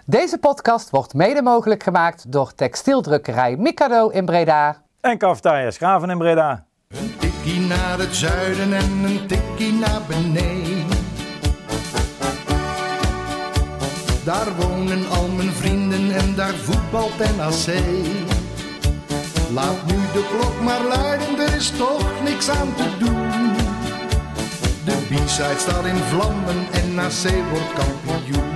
Deze podcast wordt mede mogelijk gemaakt door textieldrukkerij Mikado in Breda. En Cafetaria Schraven in Breda. Een tikkie naar het zuiden en een tikkie naar beneden. Daar wonen al mijn vrienden en daar voetbalt NAC. Laat nu de klok maar luiden, er is toch niks aan te doen. De B-side staat in vlammen en NAC wordt kampioen.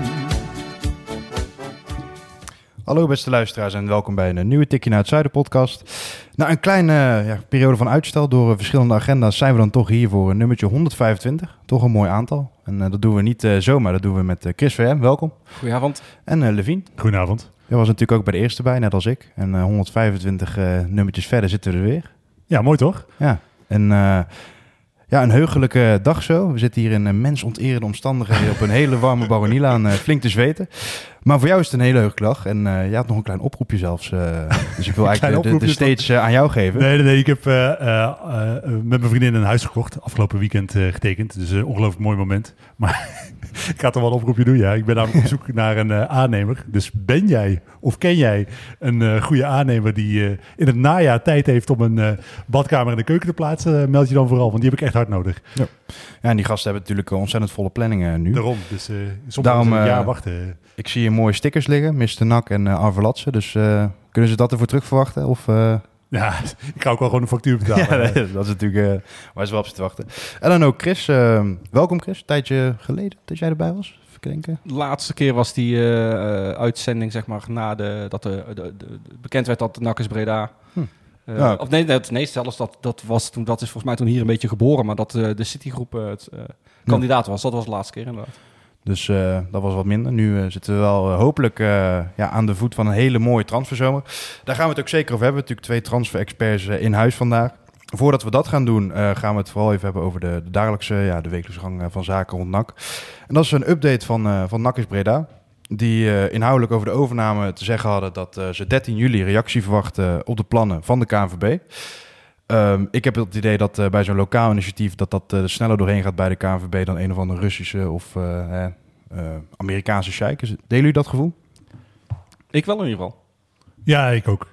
Hallo beste luisteraars en welkom bij een nieuwe Tikkie naar het Zuiden podcast. Na een kleine periode van uitstel door verschillende agenda's zijn we dan toch hier voor nummertje 125. Toch een mooi aantal. En dat doen we niet zomaar, dat doen we met Chris VM, welkom. Goedenavond. En Levien. Goedenavond. Jij was natuurlijk ook bij de eerste bij, net als ik. En 125 nummertjes verder zitten we er weer. Ja, mooi toch? Ja, en een heugelijke dag zo. We zitten hier in mensonterende omstandigheden op een hele warme Baronielaan, flink te zweten. Maar voor jou is het een hele heugelijke dag. En jij had nog een klein oproepje zelfs. Dus ik wil eigenlijk de stage aan jou geven. Nee. Ik heb met mijn vriendin een huis gekocht. Afgelopen weekend getekend. Dus een ongelooflijk mooi moment. Maar ik ga toch wel een oproepje doen. Ja, ik ben namelijk op zoek naar een aannemer. Dus ben jij of ken jij een goede aannemer die in het najaar tijd heeft om een badkamer in de keuken te plaatsen? Meld je dan vooral, want die heb ik echt hard nodig. Ja, en die gasten hebben natuurlijk ontzettend volle planningen nu. Daarom. Dus soms een jaar wachten. Ik zie hier mooie stickers liggen, Mr. Nak en Arvelatse. Dus kunnen ze dat ervoor terug verwachten? Of, Ja, ik ga ook wel gewoon een factuur betalen. Ja, dat is natuurlijk waar ze wel op zitten wachten. En dan ook Chris. Welkom Chris, een tijdje geleden dat jij erbij was. Even denken. De laatste keer was die uitzending, zeg maar, na dat bekend werd dat NAC is Breda. Ja. Of nee, zelfs dat is volgens mij toen hier een beetje geboren, maar dat de Citygroep kandidaat was. Dat was de laatste keer inderdaad. Dus dat was wat minder. Nu zitten we wel hopelijk aan de voet van een hele mooie transferzomer. Daar gaan we het ook zeker over hebben. Natuurlijk 2 transfer-experts in huis vandaag. Voordat we dat gaan doen, gaan we het vooral even hebben over de dagelijkse, de wekelijkse gang van zaken rond NAC. En dat is een update van NAC is Breda. Die inhoudelijk over de overname te zeggen hadden dat ze 13 juli reactie verwachten op de plannen van de KNVB. Ik heb het idee dat bij zo'n lokaal initiatief dat sneller doorheen gaat bij de KNVB dan een of andere Russische of Amerikaanse sheik. Delen jullie dat gevoel? Ik wel in ieder geval. Ja, ik ook.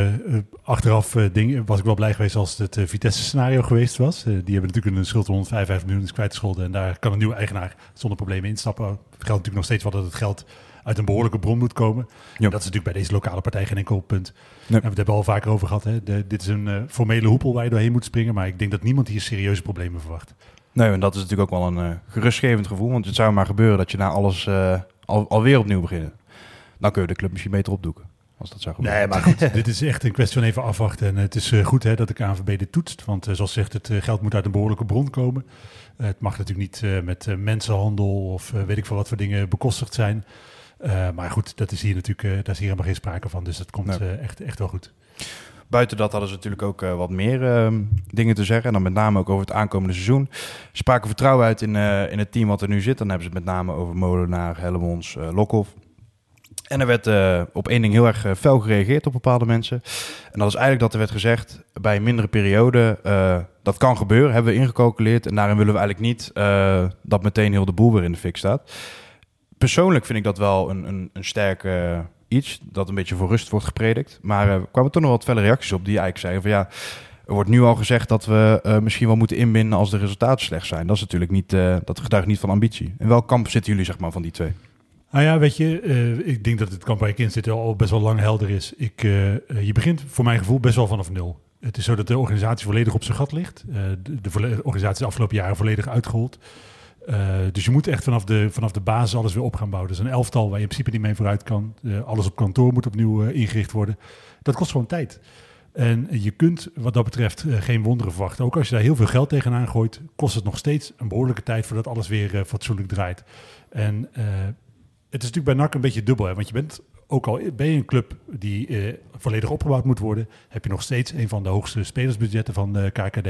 Achteraf was ik wel blij geweest als het Vitesse-scenario geweest was. Die hebben natuurlijk een schuld van 155 miljoen is kwijtgescholden. En daar kan een nieuwe eigenaar zonder problemen instappen. Het geldt natuurlijk nog steeds wel dat het geld uit een behoorlijke bron moet komen. Ja. Dat is natuurlijk bij deze lokale partij geen enkel punt. Ja. En we hebben het al vaker over gehad. Hè. Dit is een formele hoepel waar je doorheen moet springen. Maar ik denk dat niemand hier serieuze problemen verwacht. Nee, en dat is natuurlijk ook wel een gerustgevend gevoel. Want het zou maar gebeuren dat je na alles alweer opnieuw begint. Dan kun je de club misschien beter opdoeken. Als dat zou gebeuren. Nee, maar goed, dit is echt een kwestie van even afwachten. En het is goed dat de KNVB dit toetst. Want zoals zegt, het geld moet uit een behoorlijke bron komen. Het mag natuurlijk niet met mensenhandel of weet ik veel wat voor dingen bekostigd zijn. Maar goed, dat is hier natuurlijk, daar is hier helemaal geen sprake van. Dus dat komt echt wel goed. Buiten dat hadden ze natuurlijk ook wat meer dingen te zeggen. En dan met name ook over het aankomende seizoen. Ze spraken vertrouwen uit in het team wat er nu zit. Dan hebben ze het met name over Molenaar, Hellemons, Lokhoff. En er werd op één ding heel erg fel gereageerd op bepaalde mensen. En dat is eigenlijk dat er werd gezegd, bij een mindere periode, dat kan gebeuren, hebben we ingecalculeerd. En daarin willen we eigenlijk niet dat meteen heel de boel weer in de fik staat. Persoonlijk vind ik dat wel een sterk iets, dat een beetje voor rust wordt gepredikt. Maar er kwamen toch nog wat felle reacties op die eigenlijk zeggen van ja, er wordt nu al gezegd dat we misschien wel moeten inbinden als de resultaten slecht zijn. Dat is natuurlijk niet, dat getuigt niet van ambitie. In welk kamp zitten jullie, zeg maar, van die twee? Nou ja, weet je, ik denk dat het kamp waar ik in zit al best wel lang helder is. Je begint voor mijn gevoel best wel vanaf nul. Het is zo dat de organisatie volledig op zijn gat ligt. De organisatie is de afgelopen jaren volledig uitgehold. Dus je moet echt vanaf de basis alles weer op gaan bouwen. Dus een elftal waar je in principe niet mee vooruit kan. Alles op kantoor moet opnieuw ingericht worden. Dat kost gewoon tijd. En je kunt wat dat betreft geen wonderen verwachten. Ook als je daar heel veel geld tegenaan gooit, kost het nog steeds een behoorlijke tijd voordat alles weer fatsoenlijk draait. En het is natuurlijk bij NAC een beetje dubbel. Hè? Want je bent, ook al ben je een club die volledig opgebouwd moet worden, heb je nog steeds een van de hoogste spelersbudgetten van de KKD.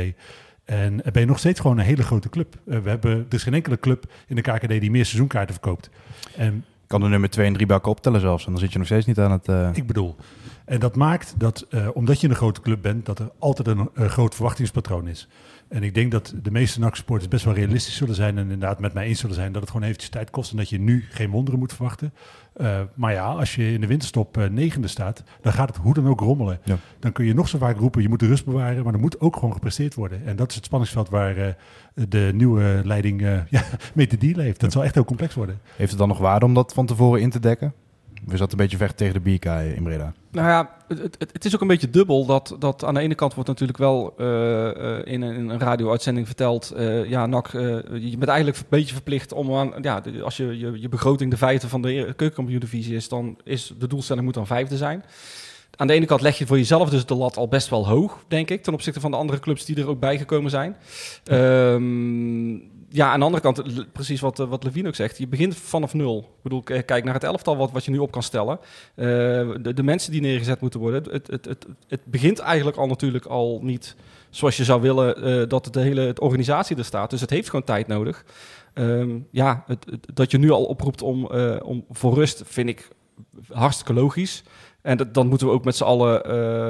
En ben je nog steeds gewoon een hele grote club. Er is geen enkele club in de KKD die meer seizoenkaarten verkoopt. En kan de nummer 2 en 3 bij elkaar optellen zelfs. En dan zit je nog steeds niet aan het... Ik bedoel. En dat maakt dat, omdat je een grote club bent, dat er altijd een groot verwachtingspatroon is. En ik denk dat de meeste NAC-supporters best wel realistisch zullen zijn en inderdaad met mij eens zullen zijn dat het gewoon eventjes tijd kost en dat je nu geen wonderen moet verwachten. Maar ja, als je in de winterstop 9e staat, dan gaat het hoe dan ook rommelen. Ja. Dan kun je nog zo vaak roepen, je moet de rust bewaren, maar er moet ook gewoon gepresteerd worden. En dat is het spanningsveld waar de nieuwe leiding mee te dealen heeft. Dat zal echt heel complex worden. Heeft het dan nog waarde om dat van tevoren in te dekken? We zaten een beetje vecht tegen de bierkaai in Breda. Nou ja, het is ook een beetje dubbel. Dat aan de ene kant wordt natuurlijk wel in een radio-uitzending verteld... NAC, je bent eigenlijk een beetje verplicht om aan... Ja, als je begroting de 5e van de keukenkampioen-divisie is... dan is de doelstelling moet dan 5e zijn. Aan de ene kant leg je voor jezelf dus de lat al best wel hoog, denk ik... ten opzichte van de andere clubs die er ook bijgekomen zijn. Ja, aan de andere kant, precies wat Levine ook zegt, je begint vanaf 0. Ik bedoel, kijk naar het elftal wat je nu op kan stellen. De mensen die neergezet moeten worden. Het begint eigenlijk al natuurlijk al niet zoals je zou willen dat de hele organisatie er staat. Dus het heeft gewoon tijd nodig. Dat je nu al oproept om voor rust, vind ik hartstikke logisch. En dan moeten we ook met z'n allen...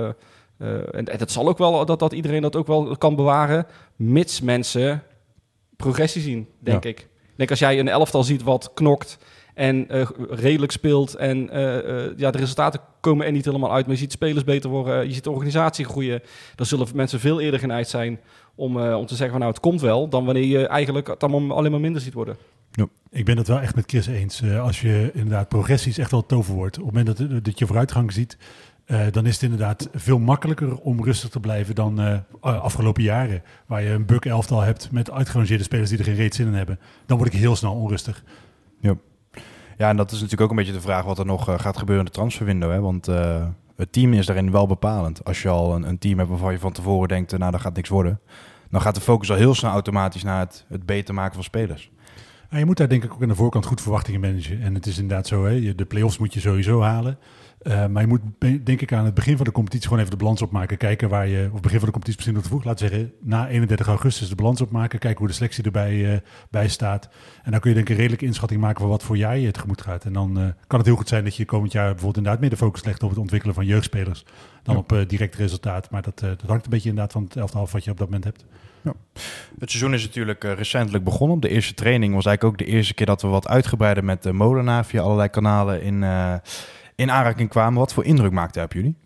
en dat zal ook wel, dat iedereen dat ook wel kan bewaren, mits mensen... progressie zien, denk ik. Ik denk als jij een elftal ziet wat knokt en redelijk speelt en de resultaten komen er niet helemaal uit, maar je ziet spelers beter worden, je ziet de organisatie groeien, dan zullen mensen veel eerder geneigd zijn om te zeggen van nou het komt wel, dan wanneer je eigenlijk het allemaal alleen maar minder ziet worden. Ja. Ik ben het wel echt met Chris eens. Als je inderdaad progressie is echt wel het toverwoord. Op het moment dat je vooruitgang ziet, dan is het inderdaad veel makkelijker om rustig te blijven dan afgelopen jaren. Waar je een Buk-elftal hebt met uitgerangeerde spelers die er geen reet zin in hebben. Dan word ik heel snel onrustig. Ja, en dat is natuurlijk ook een beetje de vraag wat er nog gaat gebeuren in de transferwindow. Hè? Want het team is daarin wel bepalend. Als je al een team hebt waarvan je van tevoren denkt, nou, dat gaat niks worden. Dan gaat de focus al heel snel automatisch naar het beter maken van spelers. Je moet daar denk ik ook aan de voorkant goed verwachtingen managen. En het is inderdaad zo, hè, de play-offs moet je sowieso halen. Maar je moet denk ik aan het begin van de competitie gewoon even de balans opmaken. Kijken waar je, of begin van de competitie misschien nog te vroeg, laten we zeggen, na 31 augustus de balans opmaken. Kijken hoe de selectie erbij bij staat. En dan kun je denk ik een redelijke inschatting maken van wat voor jaar je tegemoet gaat. En dan kan het heel goed zijn dat je komend jaar bijvoorbeeld inderdaad meer de focus legt op het ontwikkelen van jeugdspelers dan op direct resultaat. Maar dat hangt een beetje inderdaad van het elftal af wat je op dat moment hebt. Ja. Het seizoen is natuurlijk recentelijk begonnen. De eerste training was eigenlijk ook de eerste keer dat we wat uitgebreider met de Molenaar via allerlei kanalen in aanraking kwamen. Wat voor indruk maakte hij op jullie?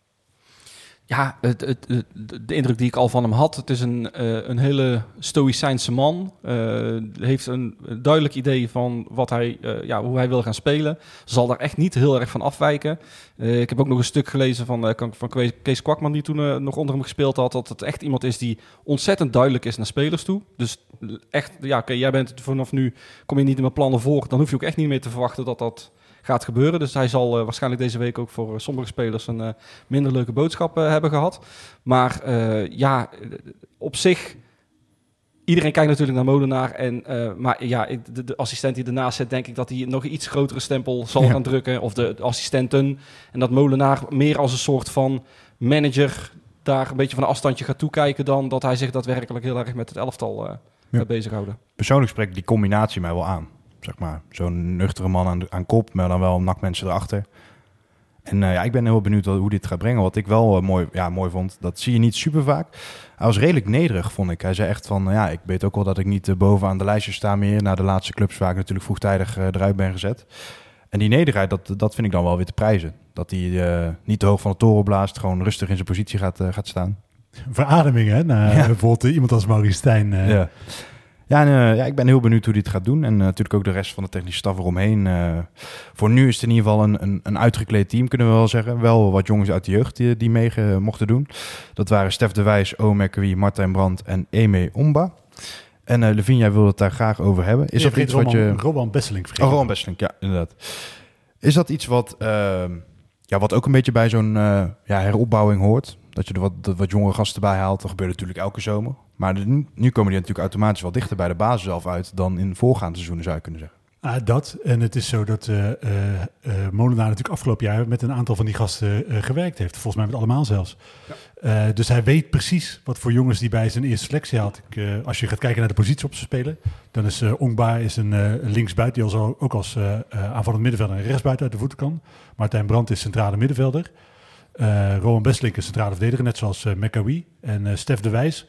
Ja, de indruk die ik al van hem had. Het is een hele stoïcijnse man. Heeft een duidelijk idee van wat hoe hij wil gaan spelen. Zal daar echt niet heel erg van afwijken. Ik heb ook nog een stuk gelezen van Kees Kwakman, die toen nog onder hem gespeeld had. Dat het echt iemand is die ontzettend duidelijk is naar spelers toe. Dus echt, jij bent vanaf nu, kom je niet in mijn plannen voor. Dan hoef je ook echt niet meer te verwachten dat gaat gebeuren. Dus hij zal waarschijnlijk deze week ook voor sommige spelers een minder leuke boodschap hebben gehad. Maar op zich, iedereen kijkt natuurlijk naar Molenaar. De assistent die ernaast zit, denk ik dat hij nog een iets grotere stempel zal gaan drukken. Of de assistenten. En dat Molenaar meer als een soort van manager daar een beetje van een afstandje gaat toekijken dan dat hij zich daadwerkelijk heel erg met het elftal bezighoudt. Persoonlijk spreekt die combinatie mij wel aan. Zeg maar, zo'n nuchtere man aan kop, maar dan wel NAC-mensen erachter. En ik ben heel benieuwd hoe dit gaat brengen. Wat ik wel mooi vond, dat zie je niet super vaak. Hij was redelijk nederig, vond ik. Hij zei echt van, ik weet ook wel dat ik niet bovenaan de lijstje sta meer. Naar de laatste clubs waar ik natuurlijk vroegtijdig eruit ben gezet. En die nederigheid, dat vind ik dan wel weer te prijzen. Dat hij niet te hoog van de toren blaast, gewoon rustig in zijn positie gaat staan. Verademing, hè? Bijvoorbeeld iemand als Maurice Stijn. Ik ben heel benieuwd hoe hij het gaat doen. En natuurlijk ook de rest van de technische staf eromheen. Voor nu is het in ieder geval een uitgekleed team, kunnen we wel zeggen. Wel wat jongens uit de jeugd die mee mochten doen. Dat waren Stef de Wijs, Omekwi, Martijn Brandt en Eme Omba. En Levine, jij wilde het daar graag over hebben. Is dat iets wat je... Roban Besseling vergeten. Roban Besseling, ja, inderdaad. Is dat iets wat ook een beetje bij zo'n heropbouwing hoort? Dat je er wat jongere gasten bij haalt. Dat gebeurt natuurlijk elke zomer. Maar nu komen die natuurlijk automatisch wel dichter bij de basis zelf uit dan in voorgaande seizoenen, zou je kunnen zeggen. Dat. En het is zo dat Molenaar natuurlijk afgelopen jaar met een aantal van die gasten gewerkt heeft. Volgens mij met allemaal zelfs. Ja. Dus hij weet precies wat voor jongens die bij zijn eerste selectie had. Als je gaat kijken naar de positie op ze spelen, dan is Ongba een linksbuiten die ook als aanvallend middenvelder en rechtsbuiten uit de voeten kan. Martijn Brandt is centrale middenvelder. Rowan Besseling is centrale verdediger, net zoals Mekawi. En Stef de Wijs,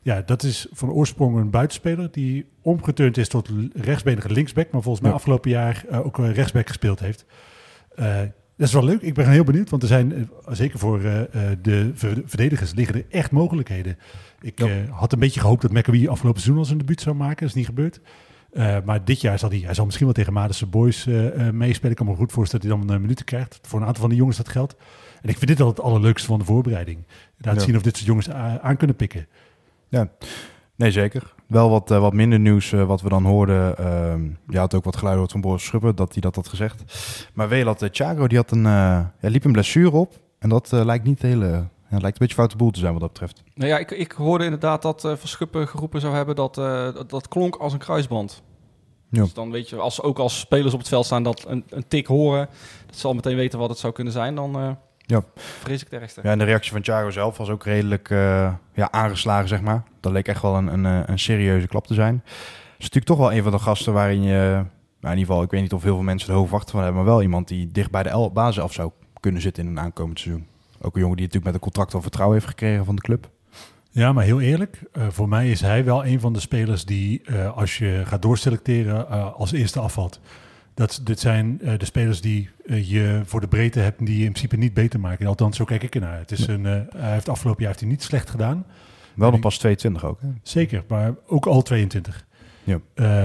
Ja, dat is van oorsprong een buitenspeler die omgeturnd is tot rechtsbenige linksback, maar volgens mij afgelopen jaar ook rechtsback gespeeld heeft. Dat is wel leuk. Ik ben heel benieuwd, want er zijn, zeker voor de verdedigers, liggen er echt mogelijkheden. Ik had een beetje gehoopt dat McAwee afgelopen seizoen al zijn debuut zou maken. Dat is niet gebeurd. Maar dit jaar zal hij zal misschien wel tegen Madense Boys meespelen. Ik kan me goed voorstellen dat hij dan minuten krijgt. Voor een aantal van die jongens dat geldt. En ik vind dit al het allerleukste van de voorbereiding. Laten zien of dit soort jongens aan kunnen pikken. Ja, nee zeker. Wel wat minder nieuws wat we dan hoorden. Je had ook wat geluid gehoord van Boris Schupper dat hij dat had gezegd. Maar Welat Thiago die had liep een blessure op. En dat lijkt niet lijkt een beetje foute boel te zijn wat dat betreft. Nou ja, ik hoorde inderdaad dat Van Schuppen geroepen zou hebben dat klonk als een kruisband. Ja. Dus dan weet je, als spelers op het veld staan dat een tik horen, dat zal meteen weten wat het zou kunnen zijn, dan vrees ik het ergste. Ja, en de reactie van Thiago zelf was ook redelijk aangeslagen, zeg maar. Dat leek echt wel een serieuze klap te zijn. Het is natuurlijk toch wel een van de gasten waarin je, in ieder geval, ik weet niet of heel veel mensen er hoog verwachten van hebben, maar wel iemand die dicht bij de basis af zou kunnen zitten in een aankomend seizoen. Ook een jongen die natuurlijk met een contract al vertrouwen heeft gekregen van de club. Ja, maar heel eerlijk, voor mij is hij wel een van de spelers die, als je gaat doorselecteren, als eerste afvalt. Dit zijn de spelers die je voor de breedte hebt en die je in principe niet beter maken. Althans, zo kijk ik ernaar. Het is hij heeft afgelopen jaar niet slecht gedaan. Wel nog pas 22 ook, hè? Zeker, maar ook al 22. Ja.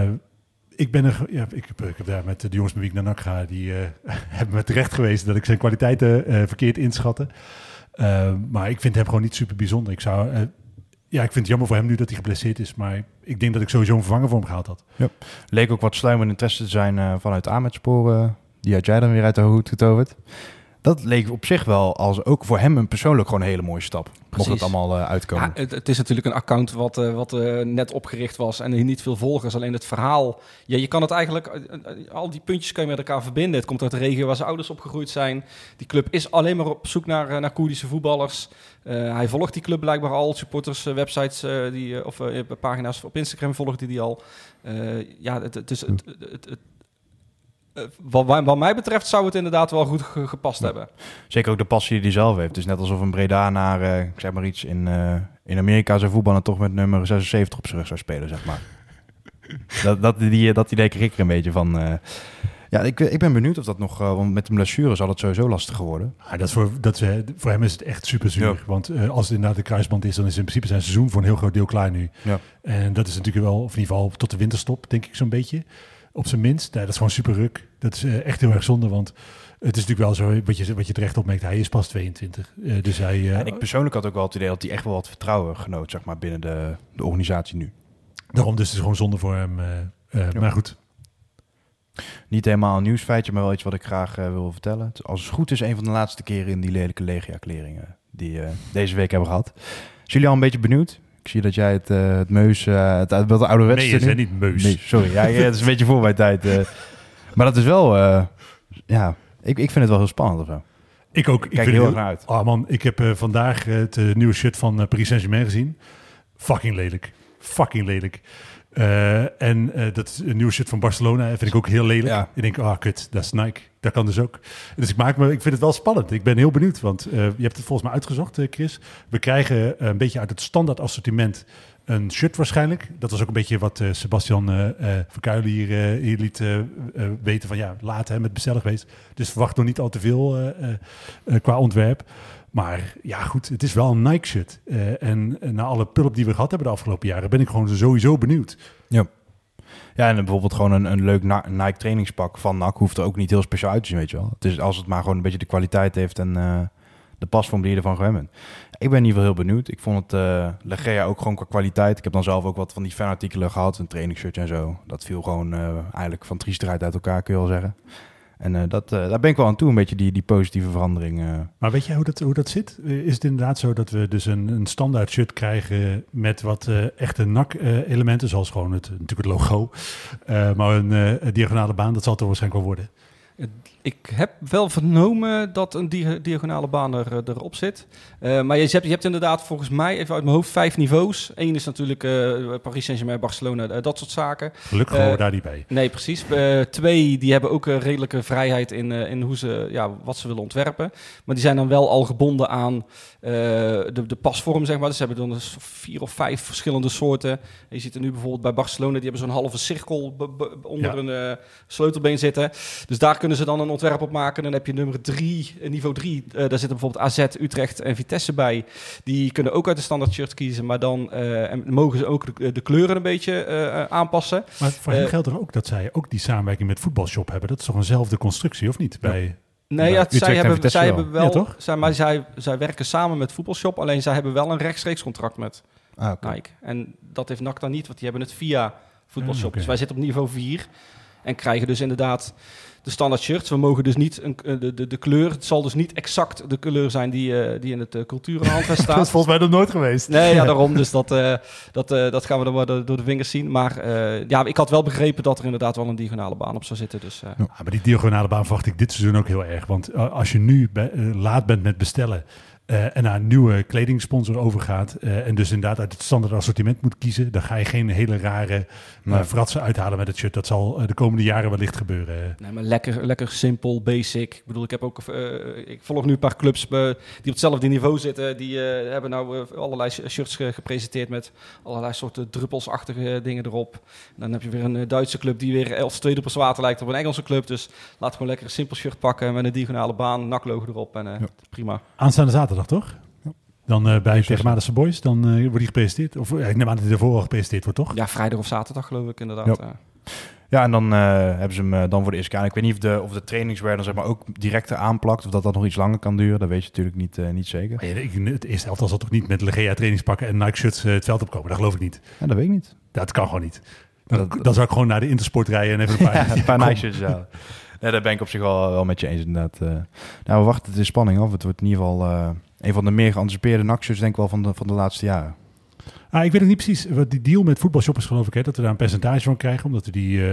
Ik heb daar met de jongens met wie ik naar NAC ga, die hebben me terecht gewezen dat ik zijn kwaliteiten verkeerd inschatte. Maar ik vind hem gewoon niet super bijzonder. Ik vind het jammer voor hem nu dat hij geblesseerd is, maar ik denk dat ik sowieso een vervanger voor hem gehaald had. Ja. Leek ook wat sluimerend interesse te zijn vanuit Amerspoor, die had jij dan weer uit de hoed getoverd. Dat leek op zich wel als ook voor hem een persoonlijk gewoon een hele mooie stap. Mocht het allemaal uitkomen. Ja, het is natuurlijk een account wat net opgericht was en niet veel volgers. Alleen het verhaal. Ja, je kan het eigenlijk, al die puntjes kan je met elkaar verbinden. Het komt uit de regio waar zijn ouders opgegroeid zijn. Die club is alleen maar op zoek naar Koerdische voetballers. Hij volgt die club blijkbaar al. Supporters, websites pagina's op Instagram volgt hij die al. Wat mij betreft zou het inderdaad wel goed gepast hebben. Zeker ook de passie die hij zelf heeft. Het is net alsof een Breda naar, ik zeg maar iets, in Amerika zou voetballen en toch met nummer 76 op zijn rug zou spelen, zeg maar. dat idee kreeg ik er een beetje van. Ik ben benieuwd of dat nog, want met de blessure zal het sowieso lastiger worden. Ja, voor hem is het echt super zuur. Ja. Want als het inderdaad de kruisband is, dan is in principe zijn seizoen voor een heel groot deel klaar nu. Ja. En dat is natuurlijk wel, of in ieder geval tot de winterstop, denk ik zo'n beetje. Op zijn minst. Dat is gewoon super ruk. Dat is echt heel erg zonde, want het is natuurlijk wel zo, wat je terecht opmerkt, hij is pas 22. En ik persoonlijk had ook wel het idee dat hij echt wel wat vertrouwen genoot, zeg maar, binnen de organisatie nu. Daarom, dus het is gewoon zonde voor hem. Maar goed. Niet helemaal een nieuwsfeitje, maar wel iets wat ik graag wil vertellen. Als het goed is, een van de laatste keren in die lelijke Legia-kleringen die deze week hebben gehad. Zijn jullie al een beetje benieuwd? Ik zie dat jij het meus, het ouderwetse... Nee, het is niet meus. Nee, sorry, het is een beetje voor mijn tijd. Maar dat is wel... ik vind het wel heel spannend of zo. Ik ook. Ik kijk er heel erg naar uit. Oh man, ik heb vandaag het nieuwe shirt van Paris Saint-Germain gezien. Fucking lelijk. Dat is een nieuwe shirt van Barcelona. Vind ik ook heel lelijk. Ja. Ik denk, kut, dat is Nike. Dat kan dus ook. Dus ik vind het wel spannend. Ik ben heel benieuwd, want je hebt het volgens mij uitgezocht, Chris. We krijgen een beetje uit het standaard assortiment een shirt waarschijnlijk. Dat was ook een beetje wat Sebastian Verkuilen hier liet weten van laat met bestellen geweest. Dus verwacht nog niet al te veel qua ontwerp. Maar ja, goed, het is wel een Nike-shirt. En na alle pull-up die we gehad hebben de afgelopen jaren, ben ik gewoon sowieso benieuwd. Ja. Ja, en bijvoorbeeld gewoon een leuk Nike trainingspak van NAC hoeft er ook niet heel speciaal uit te zien, weet je wel. Het is als het maar gewoon een beetje de kwaliteit heeft en de pasvorm die je ervan gewend bent. Ik ben in ieder geval heel benieuwd. Ik vond het Legia ook gewoon qua kwaliteit. Ik heb dan zelf ook wat van die fanartikelen gehad, een trainingsshirt en zo. Dat viel gewoon eigenlijk van triesteruit uit elkaar, kun je wel zeggen. En daar ben ik wel aan toe, een beetje die positieve verandering. Maar weet jij hoe dat zit? Is het inderdaad zo dat we dus een standaard shirt krijgen met wat echte NAC-elementen, zoals gewoon natuurlijk het logo, maar een diagonale baan, dat zal het er waarschijnlijk wel worden? Ik heb wel vernomen dat een diagonale baan erop zit. Maar je hebt inderdaad volgens mij, even uit mijn hoofd, 5 niveaus. 1 is natuurlijk Paris Saint-Germain, Barcelona, dat soort zaken. Gelukkig horen we daar niet bij. Nee, precies. 2, die hebben ook redelijke vrijheid in hoe ze, wat ze willen ontwerpen. Maar die zijn dan wel al gebonden aan de pasvorm, zeg maar. Dus ze hebben dan 4 of 5 verschillende soorten. En je ziet er nu bijvoorbeeld bij Barcelona, die hebben zo'n halve cirkel onder een sleutelbeen zitten. Dus daar kunnen ze dan een ontwerp op maken. Dan heb je nummer 3, niveau 3. Daar zitten bijvoorbeeld AZ, Utrecht en Vitesse bij. Die kunnen ook uit de standaard shirt kiezen. Maar dan mogen ze ook de kleuren een beetje aanpassen. Maar voor hen geldt er ook dat zij ook die samenwerking met Voetbalshop hebben. Dat is toch eenzelfde constructie, of niet? Bij... Nee, zij hebben wel. Ja, toch? Zij werken samen met Voetbalshop. Alleen zij hebben wel een rechtstreeks contract met Okay. Nike. En dat heeft NAC dan niet, want die hebben het via Voetbalshop. Okay. Dus wij zitten op niveau 4 en krijgen dus inderdaad de standaard shirts. We mogen dus niet de kleur. Het zal dus niet exact de kleur zijn die in het culturenhandvest staat. Dat is volgens mij nog nooit geweest. Nee, ja, daarom. Dus dat gaan we dan maar door de vingers zien. Maar ik had wel begrepen dat er inderdaad wel een diagonale baan op zou zitten. Dus, Ja, maar die diagonale baan verwacht ik dit seizoen ook heel erg. Want als je nu laat bent met bestellen en naar een nieuwe kledingsponsor overgaat en dus inderdaad uit het standaard assortiment moet kiezen, dan ga je geen hele rare fratsen uithalen met het shirt. Dat zal de komende jaren wellicht gebeuren. Nee, maar lekker simpel, basic. Ik bedoel, ik volg nu een paar clubs die op hetzelfde niveau zitten. Die hebben nou allerlei shirts gepresenteerd met allerlei soorten druppelsachtige dingen erop. En dan heb je weer een Duitse club die weer als tweede pas water lijkt op een Engelse club. Dus laat gewoon lekker een simpel shirt pakken met een diagonale baan, NAC-logo erop en prima. Aanstaande zaterdag, toch? Dan bij tegen Madense Boys, dan wordt die gepresenteerd. Of ik neem aan dat hij ervoor al gepresenteerd wordt, toch? Ja, vrijdag of zaterdag geloof ik inderdaad. Ja, en dan hebben ze hem dan voor de eerste keer. Ik weet niet of de trainingswear dan zeg maar ook direct aanplakt, of dat nog iets langer kan duren. Dat weet je natuurlijk niet zeker. Maar het eerste elftal zal toch niet met Legea trainingspakken en Nike shirts het veld opkomen? Dat geloof ik niet. Ja, dat weet ik niet. Dat kan gewoon niet. Dan zou ik gewoon naar de Intersport rijden en even een paar Nike shirts halen. Ja, daar ben ik op zich wel met je eens inderdaad. Nou, we wachten de spanning af. Het wordt in ieder geval een van de meer geanticipeerde NAC-shirts denk ik wel van de laatste jaren. Ik weet ook niet precies wat die deal met Voetbalshop is, geloof ik, hè, dat we daar een percentage van krijgen, omdat we die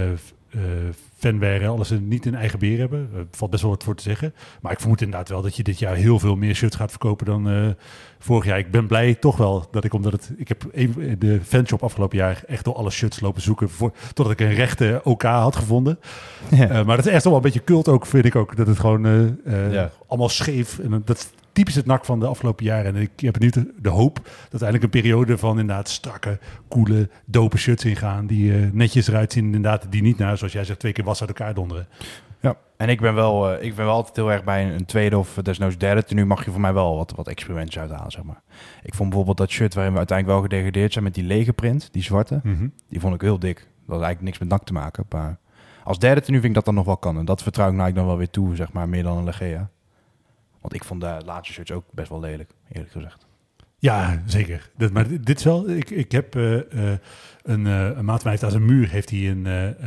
fanware alles niet in eigen beheer hebben. Valt best wel wat voor te zeggen. Maar ik vermoed inderdaad wel dat je dit jaar heel veel meer shirts gaat verkopen dan vorig jaar. Ik ben blij toch wel dat ik heb de fanshop afgelopen jaar echt door alle shirts lopen zoeken totdat ik een rechte OK had gevonden. Ja. Maar dat is echt wel een beetje cult ook, vind ik ook. Dat het gewoon allemaal scheef. En dat is typisch het NAC van de afgelopen jaren. En ik heb nu de hoop dat eigenlijk een periode van inderdaad strakke, coole, dope shirts ingaan. Die netjes eruit zien, inderdaad. Die niet zoals jij zegt, 2 keer was uit elkaar donderen. Ja, en ik ben wel altijd heel erg bij een tweede of desnoods derde. Nu mag je voor mij wel wat experimentjes uithalen, zeg maar. Ik vond bijvoorbeeld dat shirt waarin we uiteindelijk wel gedegradeerd zijn met die lege print, die zwarte. Mm-hmm. Die vond ik heel dik. Dat had eigenlijk niks met NAC te maken. Maar als derde tenue vind ik dat dan nog wel kan. En dat vertrouw ik nou dan wel weer toe, zeg maar, meer dan een Legea. Want ik vond de laatste shirts ook best wel lelijk, eerlijk gezegd. Ja, zeker. Maar dit is wel... Ik heb een maat van mij heeft aan zijn muur heeft hij een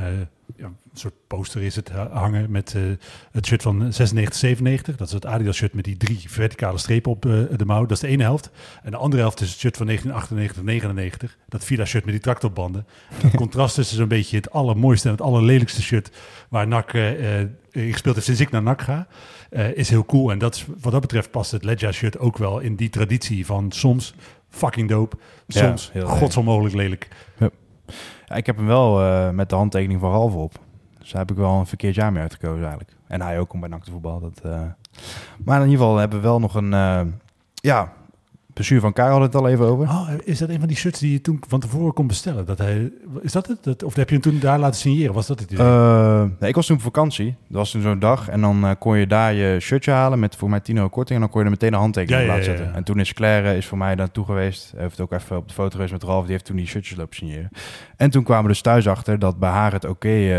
soort poster is het hangen met het shirt van 96-97. Dat is het Adidas shirt met die 3 verticale strepen op de mouw. Dat is de ene helft. En de andere helft is het shirt van 1998-99. Dat Fila shirt met die tractorbanden. Het contrast is dus een beetje het allermooiste en het allerlelijkste shirt waar NAC gespeeld heeft sinds ik naar NAC ga. Is heel cool. En dat is, wat dat betreft past het Legia shirt ook wel in die traditie van soms fucking dope, soms godsonmogelijk lelijk. Ja. Ja, ik heb hem wel met de handtekening van Ralf op. Dus daar heb ik wel een verkeerd jaar mee uitgekozen eigenlijk. En hij ook om bij NAC te voetballen. Maar in ieder geval hebben we wel nog een... Blessure van Karel hadden het al even over. Oh, is dat een van die shirts die je toen van tevoren kon bestellen? Is dat het? Of heb je hem toen daar laten signeren? Was dat het? Nee, ik was toen op vakantie. Dat was toen zo'n dag. En dan kon je daar je shirtje halen met voor mij 10 euro korting. En dan kon je er meteen een handtekening op laten zetten. En toen is Claire voor mij naartoe geweest. Heeft ook even op de foto geweest met Ralf. Die heeft toen die shirtjes lopen signeren. En toen kwamen we dus thuis achter dat bij haar het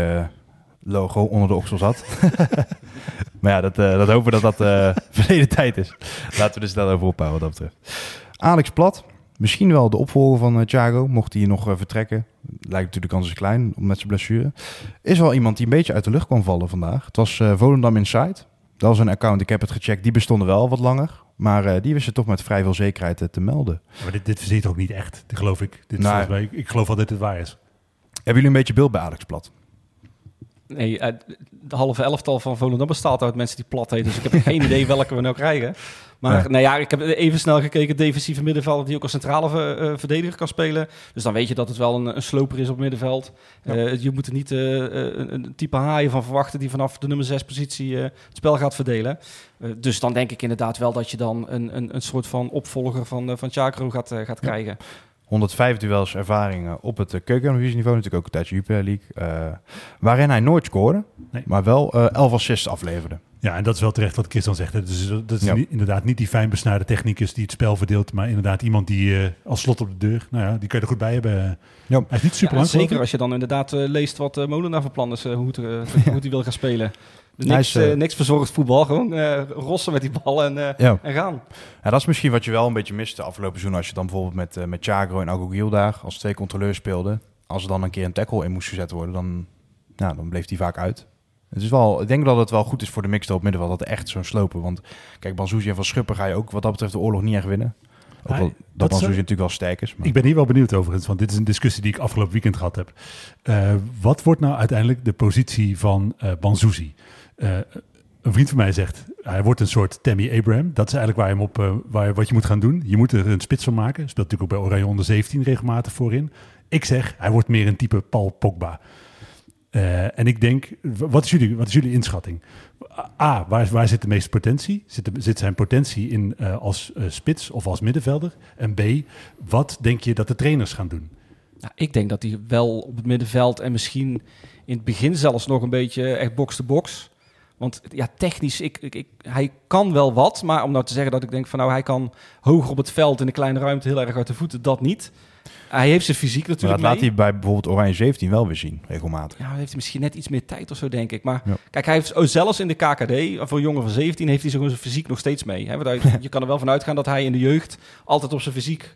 logo onder de oksel zat. Maar ja, dat hopen we dat verleden tijd is. Laten we dus daarover ophouden wat dat betreft. Alex Plat, misschien wel de opvolger van Thiago, mocht hij nog vertrekken. Lijkt natuurlijk de kans is klein met zijn blessure. Is wel iemand die een beetje uit de lucht kwam vallen vandaag. Het was Volendam Insight. Dat was een account, ik heb het gecheckt, die bestonden wel wat langer. Maar die wisten toch met vrij veel zekerheid te melden. Ja, maar dit verzet ook niet echt, geloof ik. Ik geloof wel dat het waar is. Hebben jullie een beetje beeld bij Alex Plat? Nee, de halve elftal van Volendam bestaat uit mensen die plat heten. Dus ik heb geen idee welke we nou krijgen. Maar ik heb even snel gekeken. Defensieve middenvelder die ook als centrale verdediger kan spelen. Dus dan weet je dat het wel een sloper is op middenveld. Ja. Je moet er niet een type haaien van verwachten die vanaf de nummer 6 positie het spel gaat verdelen. Dus dan denk ik inderdaad wel dat je dan een soort van opvolger van Chakro gaat krijgen. 105 duels ervaring op het keukendivisie-niveau, natuurlijk ook een tijdje Jupiler League. Waarin hij nooit scoorde, maar wel 11 assists afleverde. Ja, en dat is wel terecht wat Chris dan zegt. Dus dat is inderdaad niet die fijn besnaarde technicus die het spel verdeelt, maar inderdaad iemand die als slot op de deur, die kan je er goed bij hebben. Ja. Hij is niet super lang. Zeker als je dan inderdaad leest wat Molenaar van plan is, hoe hij wil gaan spelen. Dus niks verzorgd voetbal, gewoon rossen met die bal en gaan. Ja, dat is misschien wat je wel een beetje mist de afgelopen seizoen, als je dan bijvoorbeeld met Chagro en Agogiel daar als 2 controleurs speelde. Als er dan een keer een tackle in moest gezet worden, dan bleef die vaak uit. Het is wel, ik denk dat het wel goed is voor de mixte op middenveld dat er echt zo'n slopen. Want kijk, Banzuzi en Van Schupper ga je ook wat dat betreft de oorlog niet echt winnen. Ook wel, dat Banzuzi natuurlijk wel sterk is. Maar... Ik ben hier wel benieuwd overigens, want dit is een discussie die ik afgelopen weekend gehad heb. Wat wordt nou uiteindelijk de positie van Banzuzi? Een vriend van mij zegt, hij wordt een soort Tammy Abraham. Dat is eigenlijk wat je moet gaan doen. Je moet er een spits van maken. Speelt natuurlijk ook bij Oranje onder 17 regelmatig voorin. Ik zeg, hij wordt meer een type Paul Pogba. En ik denk, wat is jullie inschatting? A, waar zit de meeste potentie? Zit zijn potentie in als spits of als middenvelder? En B, wat denk je dat de trainers gaan doen? Nou, ik denk dat hij wel op het middenveld en misschien in het begin zelfs nog een beetje echt box-to-box. Want ja, technisch, hij kan wel wat. Maar om nou te zeggen dat ik denk van hij kan hoger op het veld in een kleine ruimte heel erg uit de voeten, dat niet. Hij heeft zijn fysiek natuurlijk dat laat hij bij bijvoorbeeld Oranje 17 wel weer zien, regelmatig. Ja, hij heeft misschien net iets meer tijd of zo, denk ik. Maar kijk, hij heeft zelfs in de KKD, voor jongen van 17, heeft hij zijn fysiek nog steeds mee. Hè? Want je kan er wel van uitgaan dat hij in de jeugd altijd op zijn fysiek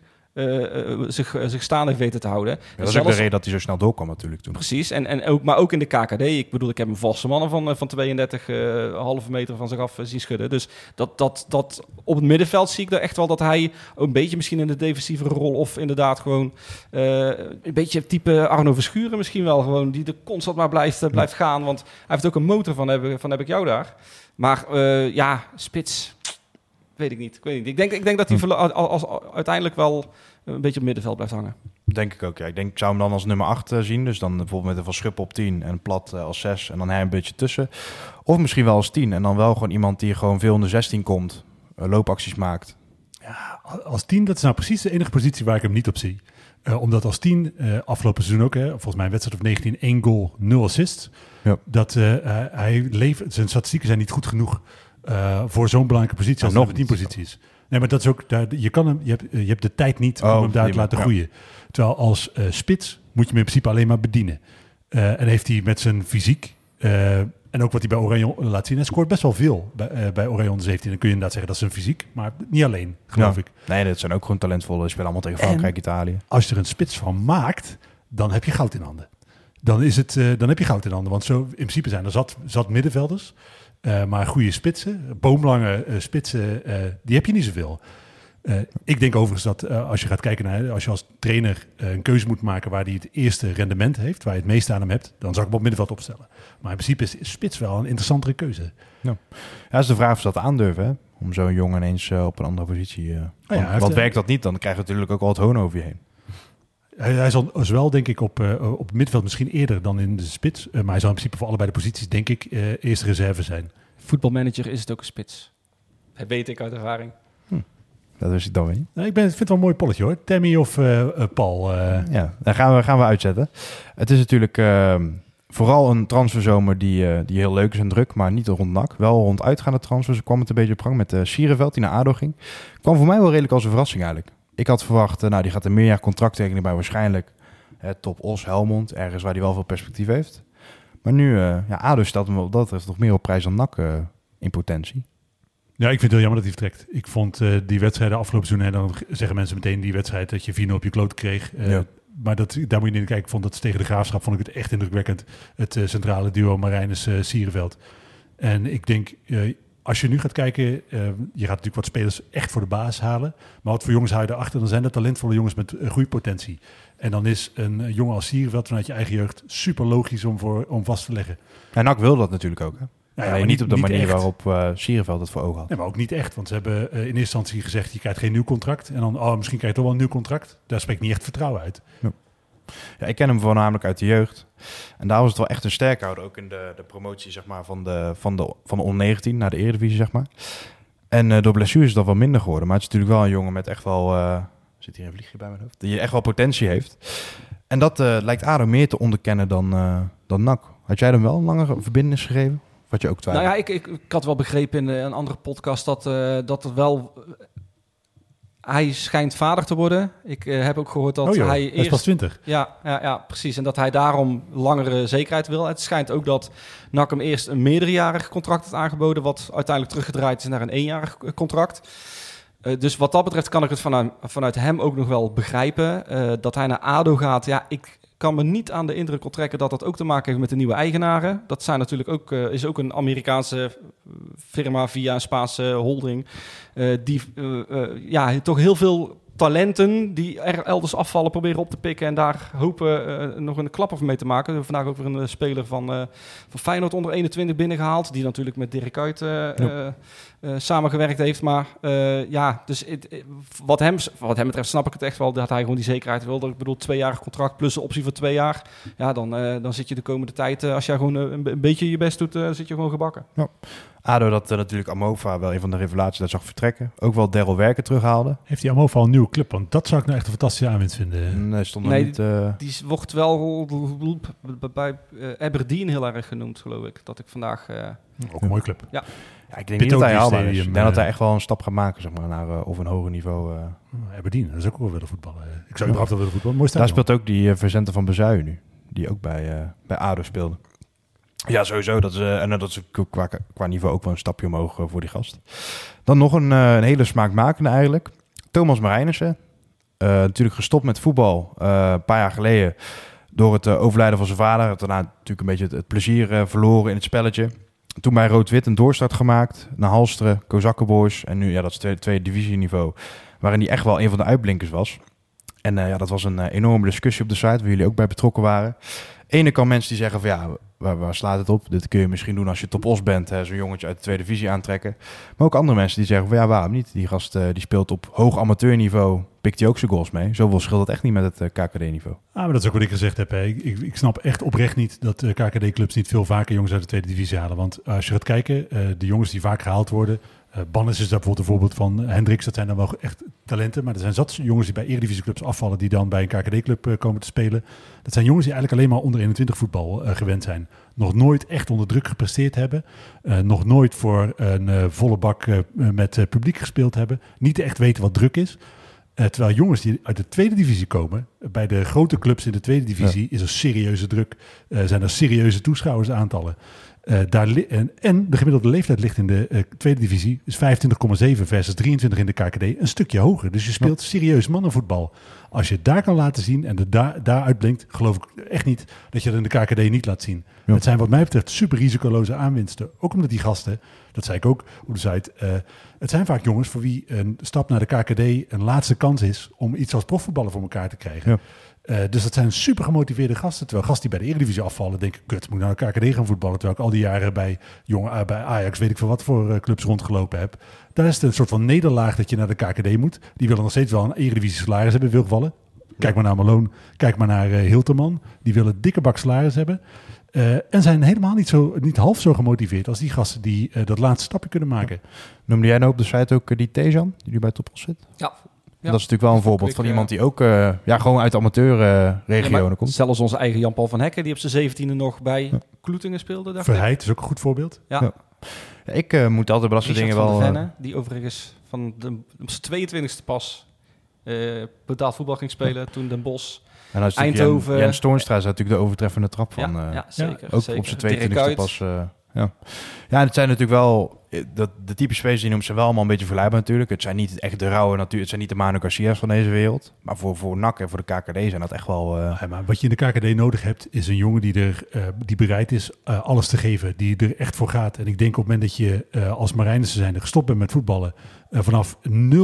zich staan heeft weten te houden. Ja, dat is ook de reden dat hij zo snel doorkwam natuurlijk toen. Precies, maar ook in de KKD. Ik bedoel, ik heb een valse mannen van 32 halve meter van zich af zien schudden. Dus dat op het middenveld zie ik daar echt wel dat hij een beetje misschien in de defensieve rol of inderdaad gewoon een beetje type Arno Verschuren misschien wel gewoon, die er constant maar blijft gaan. Want hij heeft ook een motor van heb ik jou daar. Maar spits... Weet ik niet. Ik denk dat hij uiteindelijk wel een beetje op middenveld blijft hangen. Denk ik ook, ja. Ik zou hem dan als nummer 8 zien. Dus dan bijvoorbeeld met een Van Schuppen op 10 en Plat als 6. En dan hij een beetje tussen. Of misschien wel als 10. En dan wel gewoon iemand die gewoon veel in de 16 komt. Loopacties maakt. Ja, als 10, dat is nou precies de enige positie waar ik hem niet op zie. Omdat als 10, afgelopen seizoen ook, volgens mij een wedstrijd of 19, 1 goal, 0 assists. Ja. Dat hij levert, zijn statistieken zijn niet goed genoeg voor zo'n belangrijke positie als nog 10 posities. Nee, maar dat is ook, je hebt de tijd niet om hem daar te laten groeien. Terwijl als spits moet je hem in principe alleen maar bedienen. En heeft hij met zijn fysiek en ook wat hij bij Oranje laat zien, hij scoort best wel veel bij Oranje onder 17. Dan kun je inderdaad zeggen dat is zijn fysiek, maar niet alleen, geloof ik. Nee, dat zijn ook gewoon talentvolle. Die spelen allemaal tegen Frankrijk, Italië. Als je er een spits van maakt, dan heb je goud in handen. Dan heb je goud in handen. Want zo in principe zijn er zat middenvelders. Maar goede spitsen, boomlange spitsen, die heb je niet zoveel. Ik denk overigens dat als je gaat kijken naar, als je als trainer een keuze moet maken waar hij het eerste rendement heeft, waar je het meeste aan hem hebt, dan zou ik hem op middenveld opstellen. Maar in principe is spits wel een interessantere keuze. Ja, is de vraag of ze dat aandurven, hè? Om zo'n jongen ineens op een andere positie. Want werkt dat niet, dan krijg je natuurlijk ook al het hoon over je heen. Hij zal wel, denk ik, op het middenveld misschien eerder dan in de spits. Maar hij zal in principe voor allebei de posities, denk ik, eerste reserve zijn. Voetbalmanager is het ook een spits. Dat weet ik uit ervaring. Dat wist ik dan weer niet. Ik vind het wel een mooi polletje hoor. Tammy of Paul? Ja, daar gaan we uitzetten. Het is natuurlijk vooral een transferzomer die heel leuk is en druk, maar niet rond NAC. Wel rond uitgaande transfers kwam het een beetje op gang met Sierenveld die naar ADO ging. Kwam voor mij wel redelijk als een verrassing eigenlijk. Ik had verwacht, die gaat een meerjaar contract tekenen bij waarschijnlijk top Os, Helmond. Ergens waar hij wel veel perspectief heeft. Maar nu, ADO stelt hem wat dat betreft nog meer op prijs dan NAC in potentie. Ja, ik vind het heel jammer dat hij vertrekt. Ik vond die wedstrijden afgelopen seizoen, dan zeggen mensen meteen die wedstrijd dat je 4-0 op je kloot kreeg. Maar daar moet je niet in kijken. Ik vond dat tegen de Graafschap vond ik het echt indrukwekkend. Het centrale duo Marijnus-Sierenveld. En ik denk, Als je nu gaat kijken, je gaat natuurlijk wat spelers echt voor de baas halen. Maar wat voor jongens hou je erachter? Dan zijn dat talentvolle jongens met groeipotentie. En dan is een jongen als Sierveld vanuit je eigen jeugd super logisch om vast te leggen. En NAC wil dat natuurlijk ook, hè? Ja, niet op de manier echt. waarop Sierveld het voor ogen had. Nee, maar ook niet echt. Want ze hebben in eerste instantie gezegd, je krijgt geen nieuw contract. En dan, misschien krijg je toch wel een nieuw contract. Daar spreekt niet echt vertrouwen uit. Ja, ik ken hem voornamelijk uit de jeugd. En daar was het wel echt een sterkhouder. Ook in de promotie zeg maar, van de onder-19 naar de Eredivisie, zeg maar. En door blessures is dat wel minder geworden. Maar het is natuurlijk wel een jongen met echt wel... zit hier een vliegje bij mijn hoofd? Die echt wel potentie heeft. En dat lijkt ADO meer te onderkennen dan NAC. Had jij hem wel een langere verbindenis gegeven? Of had je ook twijfel? Nou ja, ik had wel begrepen in een andere podcast dat het wel... Hij schijnt vader te worden. Ik heb ook gehoord dat hij is pas 20. Ja, precies. En dat hij daarom langere zekerheid wil. Het schijnt ook dat NAC hem eerst een meerderjarig contract heeft aangeboden, wat uiteindelijk teruggedraaid is naar een eenjarig contract. Dus wat dat betreft kan ik het vanuit hem ook nog wel begrijpen. Dat hij naar ADO gaat, ja, ik kan me niet aan de indruk onttrekken dat dat ook te maken heeft met de nieuwe eigenaren. Dat zijn natuurlijk ook, is ook een Amerikaanse firma via een Spaanse holding. Die toch heel veel talenten die er elders afvallen proberen op te pikken en daar hopen nog een klap of mee te maken. We hebben vandaag ook weer een speler van Feyenoord onder 21 binnengehaald, die natuurlijk met Dirk Kuyt samengewerkt heeft. Maar dus wat hem betreft snap ik het echt wel dat hij gewoon die zekerheid wil. Ik bedoel, 2-jarig contract plus een optie voor 2 jaar. Ja, dan zit je de komende tijd, als jij gewoon een beetje je best doet, zit je gewoon gebakken. Ja. ADO dat natuurlijk Amova wel een van de revelaties daar zag vertrekken. Ook wel Daryl Werken terughaalde. Heeft die Amova al een nieuwe club? Want dat zou ik nou echt een fantastische aanwinst vinden. Nee, stond er niet... Die wordt wel bij Aberdeen heel erg genoemd, geloof ik. Dat ik vandaag... Ook een mooie club. Ja. Ja, ik denk niet dat hij haalbaar is. Ik denk dat hij echt wel een stap gaat maken, zeg maar, naar of een hoger niveau. Aberdeen, dat is ook wel willen voetballen. Ik zou überhaupt wel willen voetballen. Mooi daar speelt ook die Verzente van Bezuijen nu. Die ook bij ADO speelde. Ja, sowieso. Dat is qua niveau ook wel een stapje omhoog voor die gast. Dan nog een hele smaakmakende eigenlijk. Thomas Marijnissen. Natuurlijk gestopt met voetbal een paar jaar geleden door het overlijden van zijn vader. Daarna natuurlijk een beetje het plezier verloren in het spelletje. Toen bij Rood-Wit een doorstart gemaakt naar Halsteren, Kozakkenboys. En nu, dat is tweede divisieniveau, waarin hij echt wel een van de uitblinkers was. En dat was een enorme discussie op de site, waar jullie ook bij betrokken waren. Ene kant mensen die zeggen van waar slaat het op? Dit kun je misschien doen als je top os bent, zo'n jongetje uit de tweede divisie aantrekken. Maar ook andere mensen die zeggen van waarom niet? Die gast die speelt op hoog amateurniveau, pikt hij ook zijn goals mee. Zoveel scheelt het echt niet met het KKD-niveau. Maar dat is ook wat ik gezegd heb. Hè. Ik snap echt oprecht niet dat KKD-clubs niet veel vaker jongens uit de tweede divisie halen. Want als je gaat kijken, de jongens die vaak gehaald worden... Bannis is daar bijvoorbeeld een voorbeeld van. Hendricks, dat zijn dan wel echt talenten. Maar er zijn zat jongens die bij eredivisieclubs afvallen... die dan bij een KKD-club komen te spelen. Dat zijn jongens die eigenlijk alleen maar onder 21 voetbal gewend zijn. Nog nooit echt onder druk gepresteerd hebben. Nog nooit voor een volle bak met publiek gespeeld hebben. Niet echt weten wat druk is. Terwijl jongens die uit de tweede divisie komen... bij de grote clubs in de tweede divisie... is er serieuze druk. Zijn er serieuze toeschouwersaantallen. En de gemiddelde leeftijd ligt in de tweede divisie is 25,7 versus 23 in de KKD. Een stukje hoger. Dus je speelt serieus mannenvoetbal. Als je het daar kan laten zien en daar uitblinkt, geloof ik echt niet dat je dat in de KKD niet laat zien. Ja. Het zijn wat mij betreft super risicoloze aanwinsten. Ook omdat die gasten, dat zei ik ook op de site, het zijn vaak jongens voor wie een stap naar de KKD een laatste kans is om iets als profvoetballen voor elkaar te krijgen. Ja. Dus dat zijn super gemotiveerde gasten. Terwijl gasten die bij de Eredivisie afvallen denken... kut, moet ik nou de KKD gaan voetballen? Terwijl ik al die jaren bij Ajax... weet ik veel wat voor clubs rondgelopen heb. Daar is het een soort van nederlaag dat je naar de KKD moet. Die willen nog steeds wel een Eredivisie salaris hebben, wil gevallen. Kijk maar naar Malone, kijk maar naar Hilterman. Die willen dikke bak salaris hebben. En zijn helemaal niet half zo gemotiveerd als die gasten die dat laatste stapje kunnen maken. Ja. Noemde jij nou op de site ook die Tejan, die bij Topos zit? Ja. Ja. Dat is natuurlijk wel een voorbeeld van iemand die ook gewoon uit de amateurregio komt. Zelfs onze eigen Jan-Paul van Hekken, die op zijn 17e nog bij Kloetingen speelde. Verheid is ook een goed voorbeeld. Ja. Ik moet altijd bij dat soort dingen wel... Venne, die overigens op zijn 22e pas betaald voetbal ging spelen. Toen Den Bosch, Eindhoven... Jens Toornstra is natuurlijk de overtreffende trap van... Ja, zeker. Ook zeker. op zijn 22e pas... Ja, het zijn natuurlijk wel... de type spelers die noemen ze wel allemaal een beetje vergelijkbaar natuurlijk. Het zijn niet echt de rauwe natuur, het zijn niet de Manu Garcia's van deze wereld. Maar voor NAC en voor de KKD zijn dat echt wel... Ja, maar wat je in de KKD nodig hebt, is een jongen die bereid is alles te geven. Die er echt voor gaat. En ik denk op het moment dat je als Marijnissen zijnde gestopt bent met voetballen, vanaf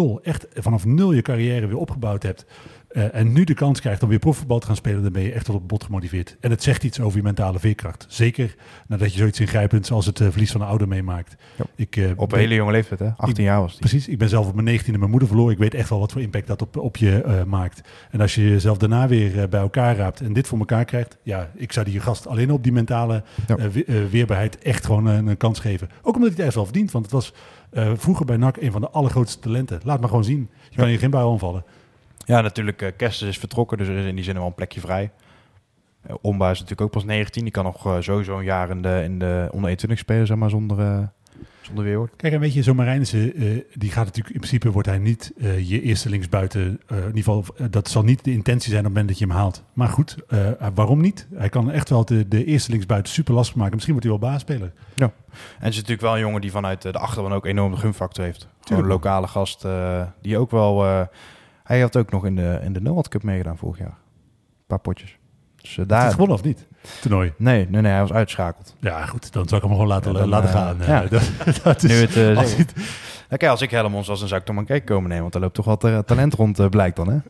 nul je carrière weer opgebouwd hebt. En nu de kans krijgt om weer profvoetbal te gaan spelen, dan ben je echt tot op het bot gemotiveerd. En het zegt iets over je mentale veerkracht. Zeker nadat je zoiets ingrijpends als het verlies van een ouder meemaakt. Ja. Op een hele jonge leeftijd, hè? 18 jaar was die. Precies, ik ben zelf op mijn 19e mijn moeder verloren. Ik weet echt wel wat voor impact dat op je maakt. En als je jezelf daarna weer bij elkaar raapt en dit voor elkaar krijgt, ja, ik zou die gast alleen op die mentale weerbaarheid echt gewoon een kans geven. Ook omdat hij het echt wel verdient, want het was vroeger bij NAC een van de allergrootste talenten. Laat maar gewoon zien. Je kan hier geen bui aanvallen. Ja, natuurlijk, Kerstens is vertrokken, dus er is in die zin wel een plekje vrij. Omba is natuurlijk ook pas 19. Die kan nog sowieso een jaar in de onder 21 spelen, zeg maar, zonder weerwoord. Kijk, en weet je, zo'n Marijnissen, die gaat natuurlijk, in principe wordt hij niet je eerste linksbuiten. In ieder geval, dat zal niet de intentie zijn op het moment dat je hem haalt. Maar goed, waarom niet? Hij kan echt wel de eerste linksbuiten super lastig maken. Misschien wordt hij wel baasspeler. Ja, en het is natuurlijk wel een jongen die vanuit de achterban ook enorm de gunfactor heeft. Gewoon een lokale gast die ook wel... Hij had ook nog in de NOAD Cup meegedaan vorig jaar. Een paar potjes. Dus, daar... Het is gewonnen of niet? Toernooi? Nee, hij was uitgeschakeld. Ja, goed. Dan zou ik hem gewoon laten gaan. Ja. Dat is, nu als ik Helmonds was, dan zou ik toch maar een kijkje komen nemen. Want er loopt toch wat talent rond, blijkt dan, hè?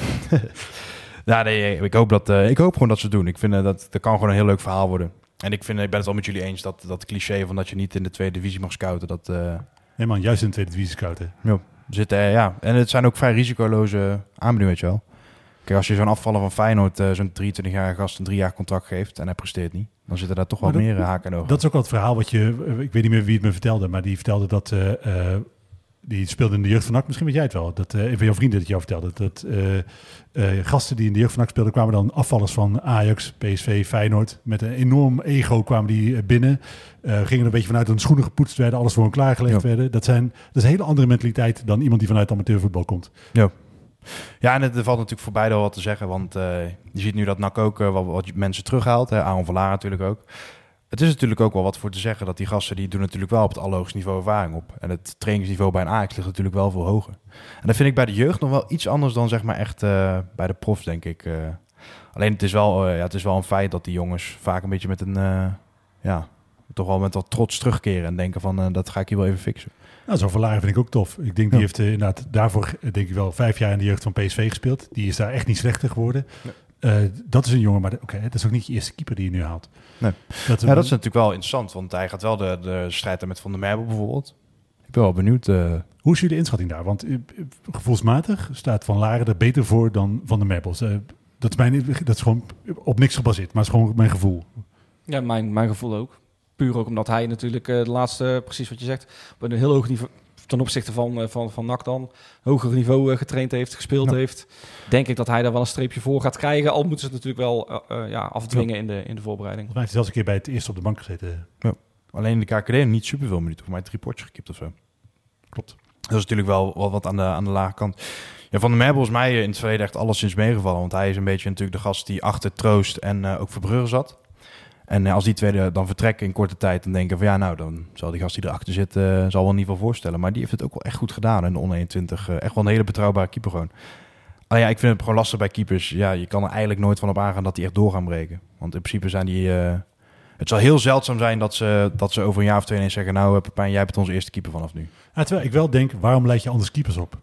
Ja, nee, ik hoop gewoon dat ze het doen. Ik vind dat kan gewoon een heel leuk verhaal worden. En ik ben het wel met jullie eens dat cliché van dat je niet in de tweede divisie mag scouten. Nee man, juist in de tweede divisie scouten. Ja. En het zijn ook vrij risicoloze aanbiedingen, weet je wel. Kijk, als je zo'n afvaller van Feyenoord zo'n 23-jarige gast een 3-jaar contract geeft en hij presteert niet, dan zitten daar toch wel meer haken en ogen. Dat is ook wel het verhaal wat ik weet niet meer wie het me vertelde, maar die vertelde dat, die speelde in de jeugd van NAC, misschien weet jij het wel, dat een van jouw vrienden het jou vertelde, dat gasten die in de jeugd van NAC speelden, kwamen dan afvallers van Ajax, PSV, Feyenoord, met een enorm ego kwamen die binnen, gingen er een beetje vanuit dat hun schoenen gepoetst werden, alles voor hen klaargelegd werden. Dat is een hele andere mentaliteit dan iemand die vanuit amateurvoetbal komt. Ja, en er valt natuurlijk voor beide wel wat te zeggen, want je ziet nu dat NAC ook wat mensen terughaalt, hè, Aaron Verlaar natuurlijk ook. Het is natuurlijk ook wel wat voor te zeggen dat die gasten die doen natuurlijk wel op het allerhoogste niveau ervaring op. En het trainingsniveau bij een Ajax ligt natuurlijk wel veel hoger. En dat vind ik bij de jeugd nog wel iets anders dan zeg maar echt bij de profs, denk ik. Alleen het is wel een feit dat die jongens vaak een beetje met toch wel met wat trots terugkeren en denken van dat ga ik hier wel even fixen. Nou, zo'n Verlaar vind ik ook tof. Ik denk die heeft inderdaad daarvoor denk ik wel 5 jaar in de jeugd van PSV gespeeld. Die is daar echt niet slechter geworden. Dat is een jongen, maar dat is ook niet je eerste keeper die je nu haalt. Nee. Dat is natuurlijk wel interessant, want hij gaat wel de strijd met Van der Merwe bijvoorbeeld. Ik ben wel benieuwd. Hoe is jullie inschatting daar? Want gevoelsmatig staat Van Laren er beter voor dan Van der Merwe. Dat is gewoon op niks gebaseerd, maar het is gewoon mijn gevoel. Ja, mijn gevoel ook. Puur ook omdat hij natuurlijk de laatste, precies wat je zegt, op een heel hoog niveau, ten opzichte van NAC dan, hoger niveau getraind heeft, gespeeld heeft. Denk ik dat hij daar wel een streepje voor gaat krijgen. Al moeten ze het natuurlijk wel afdwingen in de voorbereiding. Volgens mij heeft hij zelfs een keer bij het eerste op de bank gezeten. Ja. Alleen in de KKD niet superveel minuten. Voor mij 3 potjes gekipt of zo. Klopt. Dat is natuurlijk wel wat aan de lage kant. Ja, Van der Merwe is mij in het verleden echt alleszins meegevallen. Want hij is een beetje natuurlijk de gast die achter Troost en ook Verbrugge zat. En als die twee dan vertrekken in korte tijd, dan denken van dan zal die gast die erachter zit, zal wel in ieder geval voorstellen. Maar die heeft het ook wel echt goed gedaan in de onder 21. Echt wel een hele betrouwbare keeper gewoon. Alleen ik vind het gewoon lastig bij keepers. Ja, je kan er eigenlijk nooit van op aangaan dat die echt door gaan breken. Want in principe zijn die... het zal heel zeldzaam zijn dat ze over een jaar of 2 ineens zeggen, nou Pepijn, jij bent onze eerste keeper vanaf nu. Ja, terwijl ik wel denk, waarom leid je anders keepers op?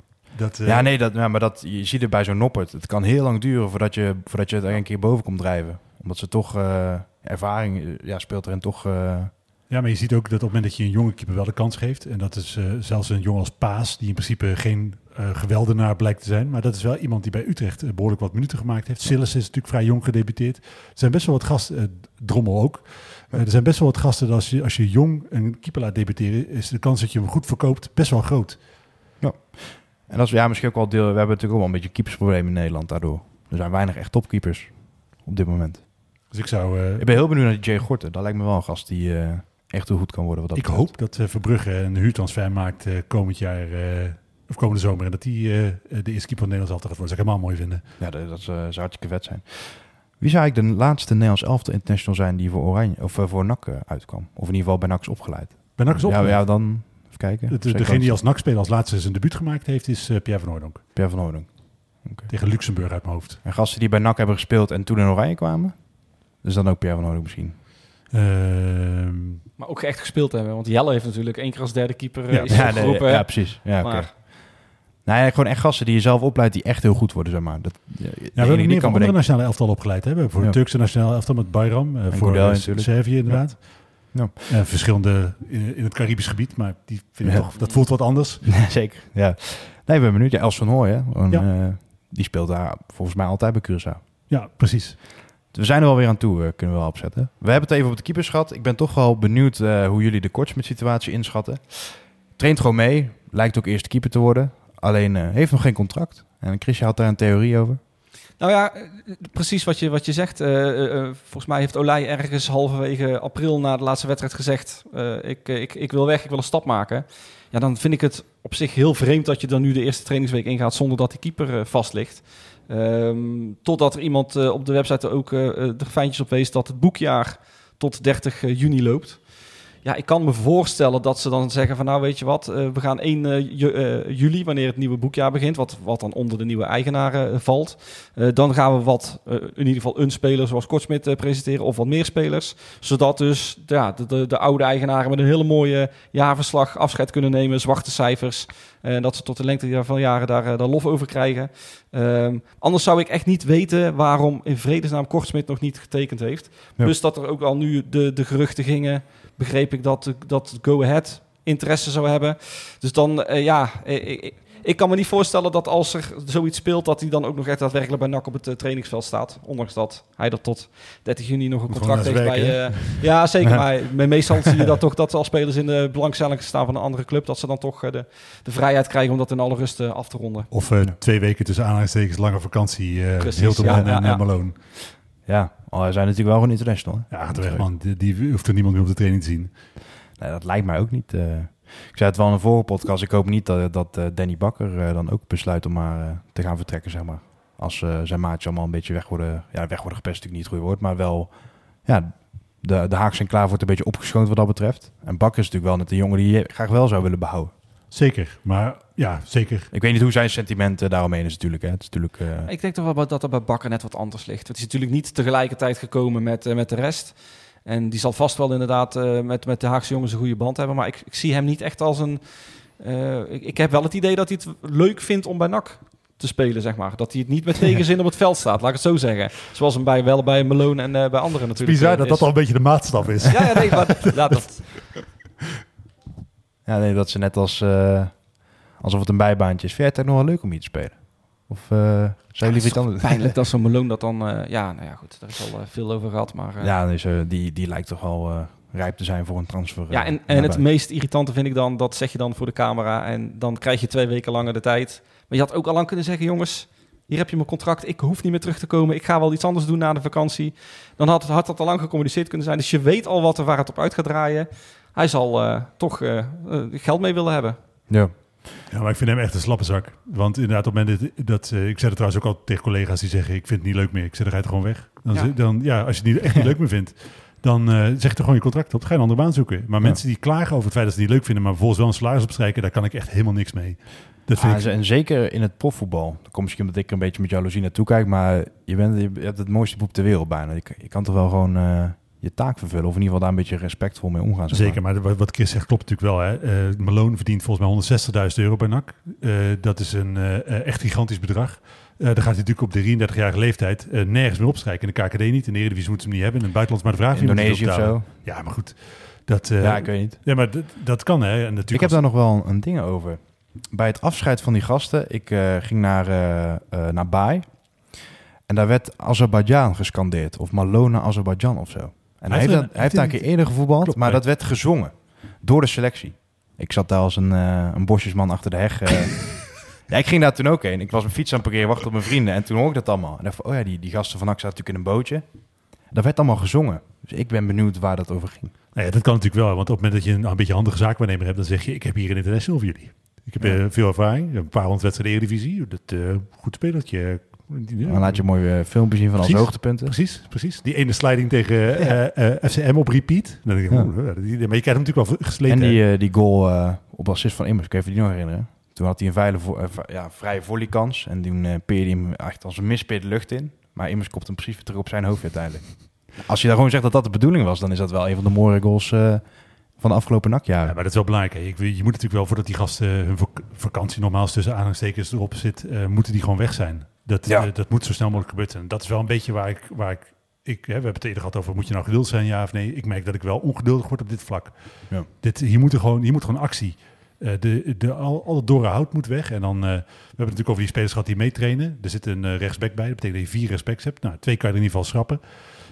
Je ziet het bij zo'n Noppert. Het kan heel lang duren voordat je het er een keer boven komt drijven. Omdat ze toch... ervaring speelt erin toch... Ja, maar je ziet ook dat op het moment dat je een jonge keeper wel de kans geeft... en dat is zelfs een jongen als Paas... die in principe geen geweldenaar blijkt te zijn... maar dat is wel iemand die bij Utrecht behoorlijk wat minuten gemaakt heeft. Sillis is natuurlijk vrij jong gedebuteerd. Er zijn best wel wat gasten, Drommel ook... er zijn best wel wat gasten dat als je jong een keeper laat debuteren... is de kans dat je hem goed verkoopt best wel groot. Ja, en dat is misschien ook wel deel... We hebben natuurlijk ook wel een beetje keepersprobleem in Nederland daardoor. Er zijn weinig echt topkeepers op dit moment. Dus ik ben heel benieuwd naar die Jay Gorten. Dat lijkt me wel een gast die echt heel goed kan worden. Wat dat ik hoop dat Verbrugge een huurtransfer maakt komend jaar of komende zomer. En dat die de eerste keeper van Nederland altijd gaat worden. Dat zou ik helemaal mooi vinden. Ja, dat zou hartstikke vet zijn. Wie zou eigenlijk de laatste Nederlands elftal international zijn die voor Oranje of voor NAC uitkwam? Of in ieder geval bij NAC is opgeleid? Bij NAC is opgelegd. Ja, dan even kijken. Degene die als NAC-speler als laatste zijn debuut gemaakt heeft, is Pierre van Hooijdonk. Pierre van Hooijdonk. Okay. Tegen Luxemburg uit mijn hoofd. En gasten die bij NAC hebben gespeeld en toen in Oranje kwamen? Dus dan ook Pierre van Hooijdonk misschien? Maar ook echt gespeeld hebben. Want Jelle heeft natuurlijk 1 keer als derde keeper geroepen. Ja, precies. Ja, maar... Nee, gewoon echt gasten die je zelf opleidt die echt heel goed worden, zeg maar. We hebben meer van andere nationale elftal opgeleid. Hè? We hebben voor de Turkse nationale elftal met Bayram. Voor Servië inderdaad. Ja. Verschillende in het Caribisch gebied, maar die vind ik toch, dat voelt wat anders. Ja, zeker, ja. Nee, ik ben benieuwd. Els van Hooy, hè? Die speelt daar volgens mij altijd bij Curaçao. Ja, precies. We zijn er wel weer aan toe, kunnen we wel opzetten. We hebben het even op de keepers gehad. Ik ben toch wel benieuwd hoe jullie de Kortsmit-situatie inschatten. Traint gewoon mee, lijkt ook eerste keeper te worden. Alleen heeft nog geen contract. En Chrisje had daar een theorie over. Nou ja, precies wat je zegt. Volgens mij heeft Olij ergens halverwege april na de laatste wedstrijd gezegd... ik wil weg, ik wil een stap maken. Ja, dan vind ik het op zich heel vreemd dat je dan nu de eerste trainingsweek ingaat... zonder dat die keeper vast ligt. Totdat er iemand op de website ook er fijntjes op wees... dat het boekjaar tot 30 juni loopt. Ja, ik kan me voorstellen dat ze dan zeggen van nou weet je wat, we gaan 1 juli, wanneer het nieuwe boekjaar begint, wat dan onder de nieuwe eigenaren valt. Dan gaan we in ieder geval een speler zoals Kortsmit presenteren of wat meer spelers. Zodat dus de oude eigenaren met een hele mooie jaarverslag afscheid kunnen nemen, zwarte cijfers. Dat ze tot de lengte van jaren daar lof over krijgen. Anders zou ik echt niet weten waarom in vredesnaam Kortsmit nog niet getekend heeft. Ja. Plus dat er ook al nu de geruchten gingen, begreep ik dat Go Ahead interesse zou hebben. Dus dan, ik kan me niet voorstellen dat als er zoiets speelt, dat hij dan ook nog echt daadwerkelijk bij NAC op het trainingsveld staat. Ondanks dat hij er tot 30 juni nog een contract heeft bij... ja, zeker. Maar meestal zie je dat toch, dat als spelers in de belangstelling staan van een andere club, dat ze dan toch de vrijheid krijgen om dat in alle rust af te ronden. Of 2 weken tussen aanhalingstekens lange vakantie. Hilterman en Malone. Ja, hij zijn natuurlijk wel gewoon international. Hè? Ja, gaat er weg, man. Die hoeft er niemand meer op de training te zien. Nee, dat lijkt mij ook niet. Ik zei het wel in een vorige podcast. Ik hoop niet dat Danny Bakker dan ook besluit om maar te gaan vertrekken, zeg maar. Als zijn maatjes allemaal een beetje weg worden. Ja, weg worden gepest, natuurlijk niet het goede woord. Maar wel, ja, de haaks zijn klaar, wordt een beetje opgeschoond wat dat betreft. En Bakker is natuurlijk wel net een jongen die je graag wel zou willen behouden. Zeker, maar ja, zeker. Ik weet niet hoe zijn sentiment daaromheen is natuurlijk. Hè. Het is natuurlijk Ik denk toch wel dat er bij Bakker net wat anders ligt. Het is natuurlijk niet tegelijkertijd gekomen met de rest. En die zal vast wel inderdaad met de Haagse jongens een goede band hebben. Maar ik zie hem niet echt als een... Ik heb wel het idee dat hij het leuk vindt om bij NAC te spelen, zeg maar. Dat hij het niet met tegenzin op het veld staat, laat ik het zo zeggen. Zoals hem wel bij Malone en bij anderen natuurlijk. Bizar dat al een beetje de maatstaf is. Ja, nee, maar dat... Ja, nee, dat ze net alsof het een bijbaantje is. Vind jij het nog wel leuk om hier te spelen? Of zou je liever iets anders? Pijnlijk dat zo'n Malone dat dan... nou ja, goed, daar is al veel over gehad, maar... Ja, dus, die lijkt toch wel rijp te zijn voor een transfer. Ja, en het meest irritante vind ik dan, dat zeg je dan voor de camera en dan krijg je 2 weken langer de tijd. Maar je had ook al lang kunnen zeggen, jongens, hier heb je mijn contract, ik hoef niet meer terug te komen, ik ga wel iets anders doen na de vakantie. Dan had dat al lang gecommuniceerd kunnen zijn, dus je weet al waar het op uit gaat draaien. Hij zal toch geld mee willen hebben. Ja. Ja, maar ik vind hem echt een slappe zak. Want inderdaad, op het moment dat ik zei het trouwens ook al tegen collega's die zeggen, ik vind het niet leuk meer. Ik zeg, dan ga je het gewoon weg. Als je het echt niet leuk meer vindt, dan zeg je toch gewoon je contract op. Ga je een andere baan zoeken. Maar mensen die klagen over het feit dat ze het niet leuk vinden, maar vervolgens wel een salaris opstrijken, daar kan ik echt helemaal niks mee. Dat vind ik... En zeker in het profvoetbal. Dat komt misschien omdat ik er een beetje met jaloezie naartoe kijk, maar je hebt het mooiste beroep ter wereld bijna. Je kan toch wel gewoon... je taak vervullen, of in ieder geval daar een beetje respectvol mee omgaan. Zeker, maar wat Chris zegt klopt natuurlijk wel. Hè. Malone verdient volgens mij €160.000 bij NAC. Dat is een echt gigantisch bedrag. Dan gaat hij natuurlijk op de 33-jarige leeftijd nergens meer opstrijken. In de KKD niet, in de Eredivisie moeten ze hem niet hebben. In het buitenland maar de vraag. Indonesië of zo? Ja, maar goed. Dat, ja, ik weet niet. Ja, maar dat kan, hè. En natuurlijk ik heb daar nog wel een ding over. Bij het afscheid van die gasten, ik ging naar Baai. En daar werd Azerbeidzjan gescandeerd. Of Malone Azerbeidzjan of zo. En hij heeft daar een keer eerder gevoetbald, klopt, maar dat werd gezongen door de selectie. Ik zat daar als een bosjesman achter de heg. Ja, ik ging daar toen ook heen. Ik was mijn fiets aan het parkeren, wachten op mijn vrienden. En toen hoorde ik dat allemaal. En dacht van, oh ja, die gasten van NAC zaten natuurlijk in een bootje. Dat werd allemaal gezongen. Dus ik ben benieuwd waar dat over ging. Nou ja, dat kan natuurlijk wel. Want op het moment dat je een beetje handige zaakwaarnemer hebt, dan zeg je, ik heb hier een international voor jullie. Ik heb veel ervaring. Een paar honderd wedstrijden Eredivisie. Goed spelertje. Dan laat je een mooi filmpje zien van al zijn hoogtepunten. Precies. Die ene sliding tegen FCM op repeat. Dan denk ik, maar je krijgt hem natuurlijk wel gesleten. En die goal op assist van Immers, kun je die nog herinneren? Toen had hij een vrije volleykans. En toen peerde hij hem echt als een mispeer de lucht in. Maar Immers kopt hem precies weer terug op zijn hoofd uiteindelijk. Als je daar gewoon zegt dat dat de bedoeling was, dan is dat wel een van de mooie goals van de afgelopen NAC-jaren. Ja, maar dat is wel belangrijk. Hè. Je moet natuurlijk wel, voordat die gasten hun vakantie nogmaals tussen aanhalingstekens erop zit, moeten die gewoon weg zijn. Dat moet zo snel mogelijk gebeuren. En dat is wel een beetje waar ik we hebben het eerder gehad over, moet je nou geduldig zijn, ja of nee? Ik merk dat ik wel ongeduldig word op dit vlak. Ja. Hier moet gewoon actie. Al het dorre hout moet weg. En dan, we hebben het natuurlijk over die spelers gehad die meetrainen. Er zit een rechtsback bij. Dat betekent dat je 4 rechtsbacks hebt. Nou, 2 kan je er in ieder geval schrappen.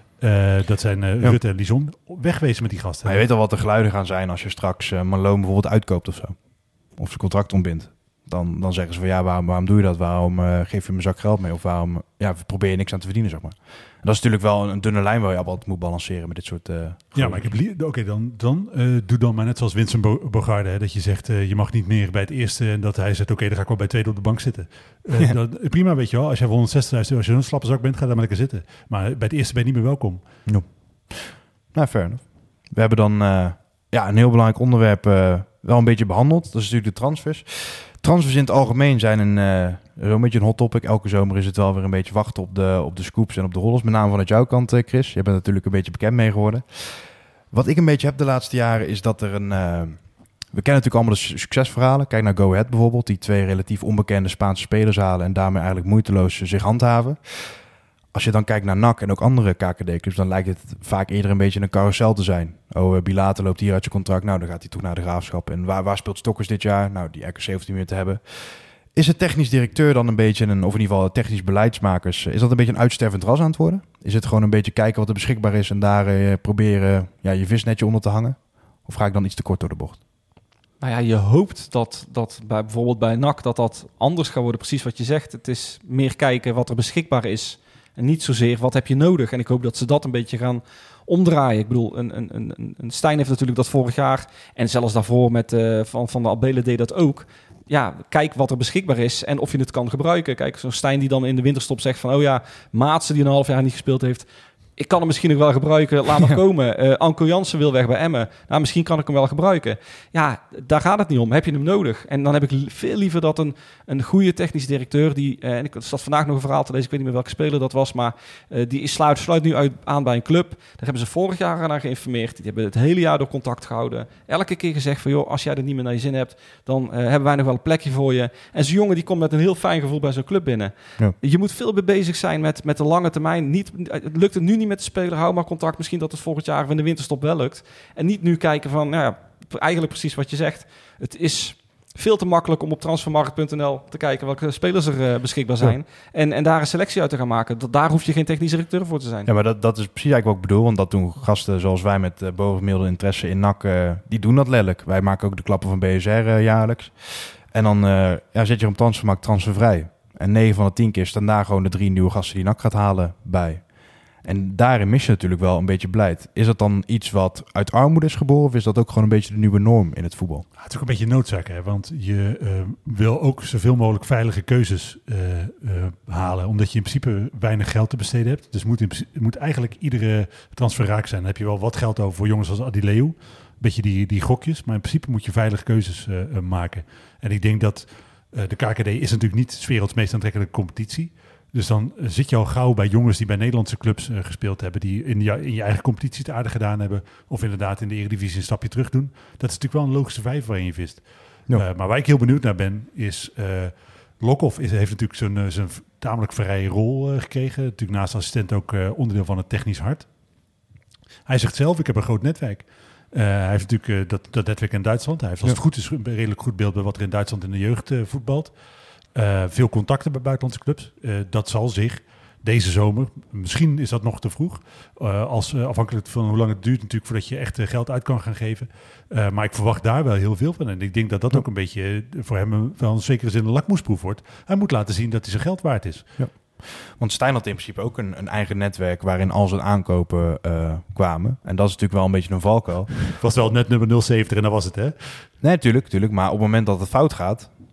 Dat zijn Rutte en Lison. Wegwezen met die gasten. Maar je weet al wat de geluiden gaan zijn als je straks Malone bijvoorbeeld uitkoopt of zo. Of zijn contract ontbindt. Dan zeggen ze van ja, waarom doe je dat? Waarom geef je hem een zak geld mee? Of waarom probeer je niks aan te verdienen, zeg maar. En dat is natuurlijk wel een dunne lijn waar je altijd moet balanceren met dit soort... ja, maar ik heb doe dan maar net zoals Vincent Bogarde. Dat je zegt, je mag niet meer bij het eerste. En dat hij zegt, dan ga ik wel bij het tweede op de bank zitten. Prima, weet je wel. Als jij voor 160.000 als je een slappe zak bent, ga daar maar lekker zitten. Maar bij het eerste ben je niet meer welkom. No. Nou, fair enough. We hebben dan een heel belangrijk onderwerp wel een beetje behandeld. Dat is natuurlijk de transfers. Transfers in het algemeen zijn een beetje een hot topic. Elke zomer is het wel weer een beetje wachten op de scoops en op de rollers. Met name vanuit jouw kant, Chris. Je bent natuurlijk een beetje bekend mee geworden. Wat ik een beetje heb de laatste jaren is dat er we kennen natuurlijk allemaal de succesverhalen. Kijk naar Go Ahead bijvoorbeeld. Die 2 relatief onbekende Spaanse spelers halen en daarmee eigenlijk moeiteloos zich handhaven. Als je dan kijkt naar NAC en ook andere KKD-clubs, dan lijkt het vaak eerder een beetje een carousel te zijn. Bilate loopt hier uit zijn contract. Nou, dan gaat hij toch naar de Graafschap. En waar speelt Stokkers dit jaar? Nou, die RKC hoeft hij meer te hebben. Is het technisch directeur dan een beetje, of in ieder geval technisch beleidsmakers, is dat een beetje een uitstervend ras aan het worden? Is het gewoon een beetje kijken wat er beschikbaar is en daar proberen je visnetje onder te hangen? Of ga ik dan iets te kort door de bocht? Nou ja, je hoopt dat bijvoorbeeld bij NAC dat anders gaat worden. Precies wat je zegt. Het is meer kijken wat er beschikbaar is. En niet zozeer wat heb je nodig. En ik hoop dat ze dat een beetje gaan omdraaien. Ik bedoel, een Stijn heeft natuurlijk dat vorig jaar. En zelfs daarvoor met Van de Abelen deed dat ook. Ja, kijk wat er beschikbaar is en of je het kan gebruiken. Kijk, zo'n Stijn die dan in de winterstop zegt van... Maatsen die een half jaar niet gespeeld heeft... Ik kan hem misschien nog wel gebruiken. Laat maar komen. Anko Jansen wil weg bij Emmen. Nou, misschien kan ik hem wel gebruiken. Ja, daar gaat het niet om. Heb je hem nodig? En dan heb ik veel liever dat een goede technisch directeur... en ik zat vandaag nog een verhaal te lezen. Ik weet niet meer welke speler dat was. Maar die sluit nu aan bij een club. Daar hebben ze vorig jaar naar geïnformeerd. Die hebben het hele jaar door contact gehouden. Elke keer gezegd van... als jij er niet meer naar je zin hebt... dan hebben wij nog wel een plekje voor je. En zo'n jongen die komt met een heel fijn gevoel bij zo'n club binnen. Ja. Je moet veel meer bezig zijn met de lange termijn. Het lukt het nu niet met de speler, hou maar contact. Misschien dat het volgend jaar of in de winterstop wel lukt. En niet nu kijken van, eigenlijk precies wat je zegt. Het is veel te makkelijk om op transfermarkt.nl te kijken welke spelers er beschikbaar zijn. Ja. En daar een selectie uit te gaan maken. Daar hoef je geen technisch directeur voor te zijn. Ja, maar dat is precies eigenlijk wat ik bedoel. Want dat doen gasten zoals wij met bovengemiddelde interesse in NAC, die doen dat letterlijk. Wij maken ook de klappen van BSR jaarlijks. En dan zet je op transfermarkt transfervrij. En 9 van de 10 keer staan daar gewoon de 3 nieuwe gasten die NAC gaat halen bij. En daarin mis je natuurlijk wel een beetje beleid. Is dat dan iets wat uit armoede is geboren... of is dat ook gewoon een beetje de nieuwe norm in het voetbal? Ja, het is ook een beetje noodzaak, hè? Want je wil ook zoveel mogelijk veilige keuzes halen... omdat je in principe weinig geld te besteden hebt. Dus moet eigenlijk iedere transfer raak zijn. Dan heb je wel wat geld over voor jongens als Adileu. Een beetje die gokjes. Maar in principe moet je veilige keuzes maken. En ik denk dat de KKD is natuurlijk niet 's werelds meest aantrekkelijke competitie... Dus dan zit je al gauw bij jongens die bij Nederlandse clubs gespeeld hebben... die in je eigen competitie het aardig gedaan hebben... of inderdaad in de Eredivisie een stapje terug doen. Dat is natuurlijk wel een logische vijver waarin je vist. Ja. Maar waar ik heel benieuwd naar ben, is... Lokhoff heeft natuurlijk zijn tamelijk vrije rol gekregen. Natuurlijk naast assistent ook onderdeel van het technisch hart. Hij zegt zelf, ik heb een groot netwerk. Hij heeft natuurlijk dat netwerk in Duitsland. Hij heeft als het goed is een redelijk goed beeld bij wat er in Duitsland in de jeugd voetbalt. Veel contacten bij buitenlandse clubs. Dat zal zich deze zomer, misschien is dat nog te vroeg, afhankelijk van hoe lang het duurt natuurlijk voordat je echt geld uit kan gaan geven. Maar ik verwacht daar wel heel veel van. En ik denk dat dat ook een beetje voor hem wel een zekere zin een lakmoesproef wordt. Hij moet laten zien dat hij zijn geld waard is. Ja. Want Stijn had in principe ook een eigen netwerk waarin al zijn aankopen kwamen. En dat is natuurlijk wel een beetje een valkuil. Het was wel net nummer 070 en dat was het, hè? Nee, tuurlijk. Maar op het moment dat het fout gaat...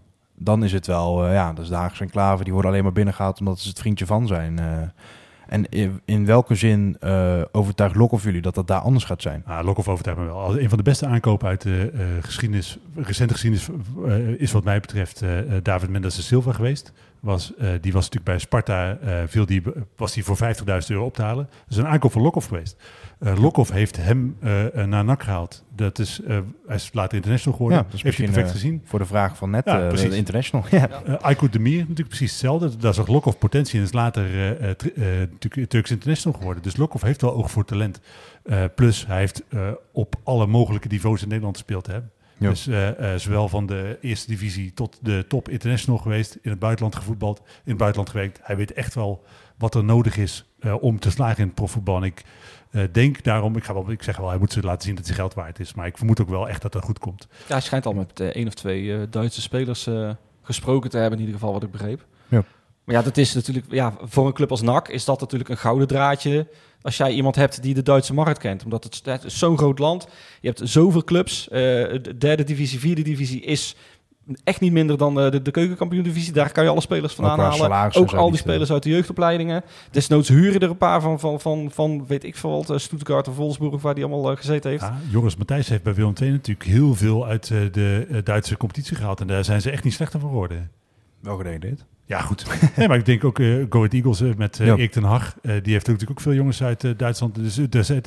dan is het wel, dat is de Haagse enclave, die worden alleen maar binnengehaald omdat ze het vriendje van zijn. En in welke zin overtuigt Lokhoff jullie dat daar anders gaat zijn? Lokhoff overtuigt me wel. Een van de beste aankopen uit de recente geschiedenis is wat mij betreft David Mendes de Silva geweest. Die was natuurlijk bij Sparta, was die voor €50.000 op te halen. Dat is een aankoop van Lokhoff geweest. Lokhoff heeft hem naar NAC gehaald. Hij is later international geworden. Ja, dat heeft hij perfect gezien. Voor de vraag van net, de international. Aykut Demir natuurlijk precies hetzelfde. Daar zag Lokhoff potentie en is later natuurlijk Turks international geworden. Dus Lokhoff heeft wel oog voor talent. Plus hij heeft op alle mogelijke niveaus in Nederland gespeeld. Hè. Ja. Dus zowel van de eerste divisie tot de top international geweest, in het buitenland gevoetbald, in het buitenland gewerkt. Hij weet echt wel wat er nodig is om te slagen in het profvoetbal. En ik denk daarom, ik zeg wel, hij moet ze laten zien dat hij geld waard is. Maar ik vermoed ook wel echt dat dat goed komt. Ja, hij schijnt al met 1 of 2 Duitse spelers gesproken te hebben, in ieder geval wat ik begreep. Ja. Maar ja, dat is natuurlijk, voor een club als NAC is dat natuurlijk een gouden draadje. Als jij iemand hebt die de Duitse markt kent. Omdat het is zo'n groot land. Je hebt zoveel clubs. De derde divisie, vierde divisie is echt niet minder dan de keukenkampioen-divisie. Daar kan je alle spelers van aanhalen. Ook al die spelers uit de jeugdopleidingen. Desnoods huren er een paar van weet ik veel wat, Stuttgart of Wolfsburg, waar die allemaal gezeten heeft. Ja, Joris Matthijs heeft bij Willem II natuurlijk heel veel uit de Duitse competitie gehaald. En daar zijn ze echt niet slechter van geworden. Wel gedeeld. Ja, goed. Nee, maar ik denk ook Go Ahead Eagles met Erik ten Hag. Die heeft natuurlijk ook veel jongens uit Duitsland. Dus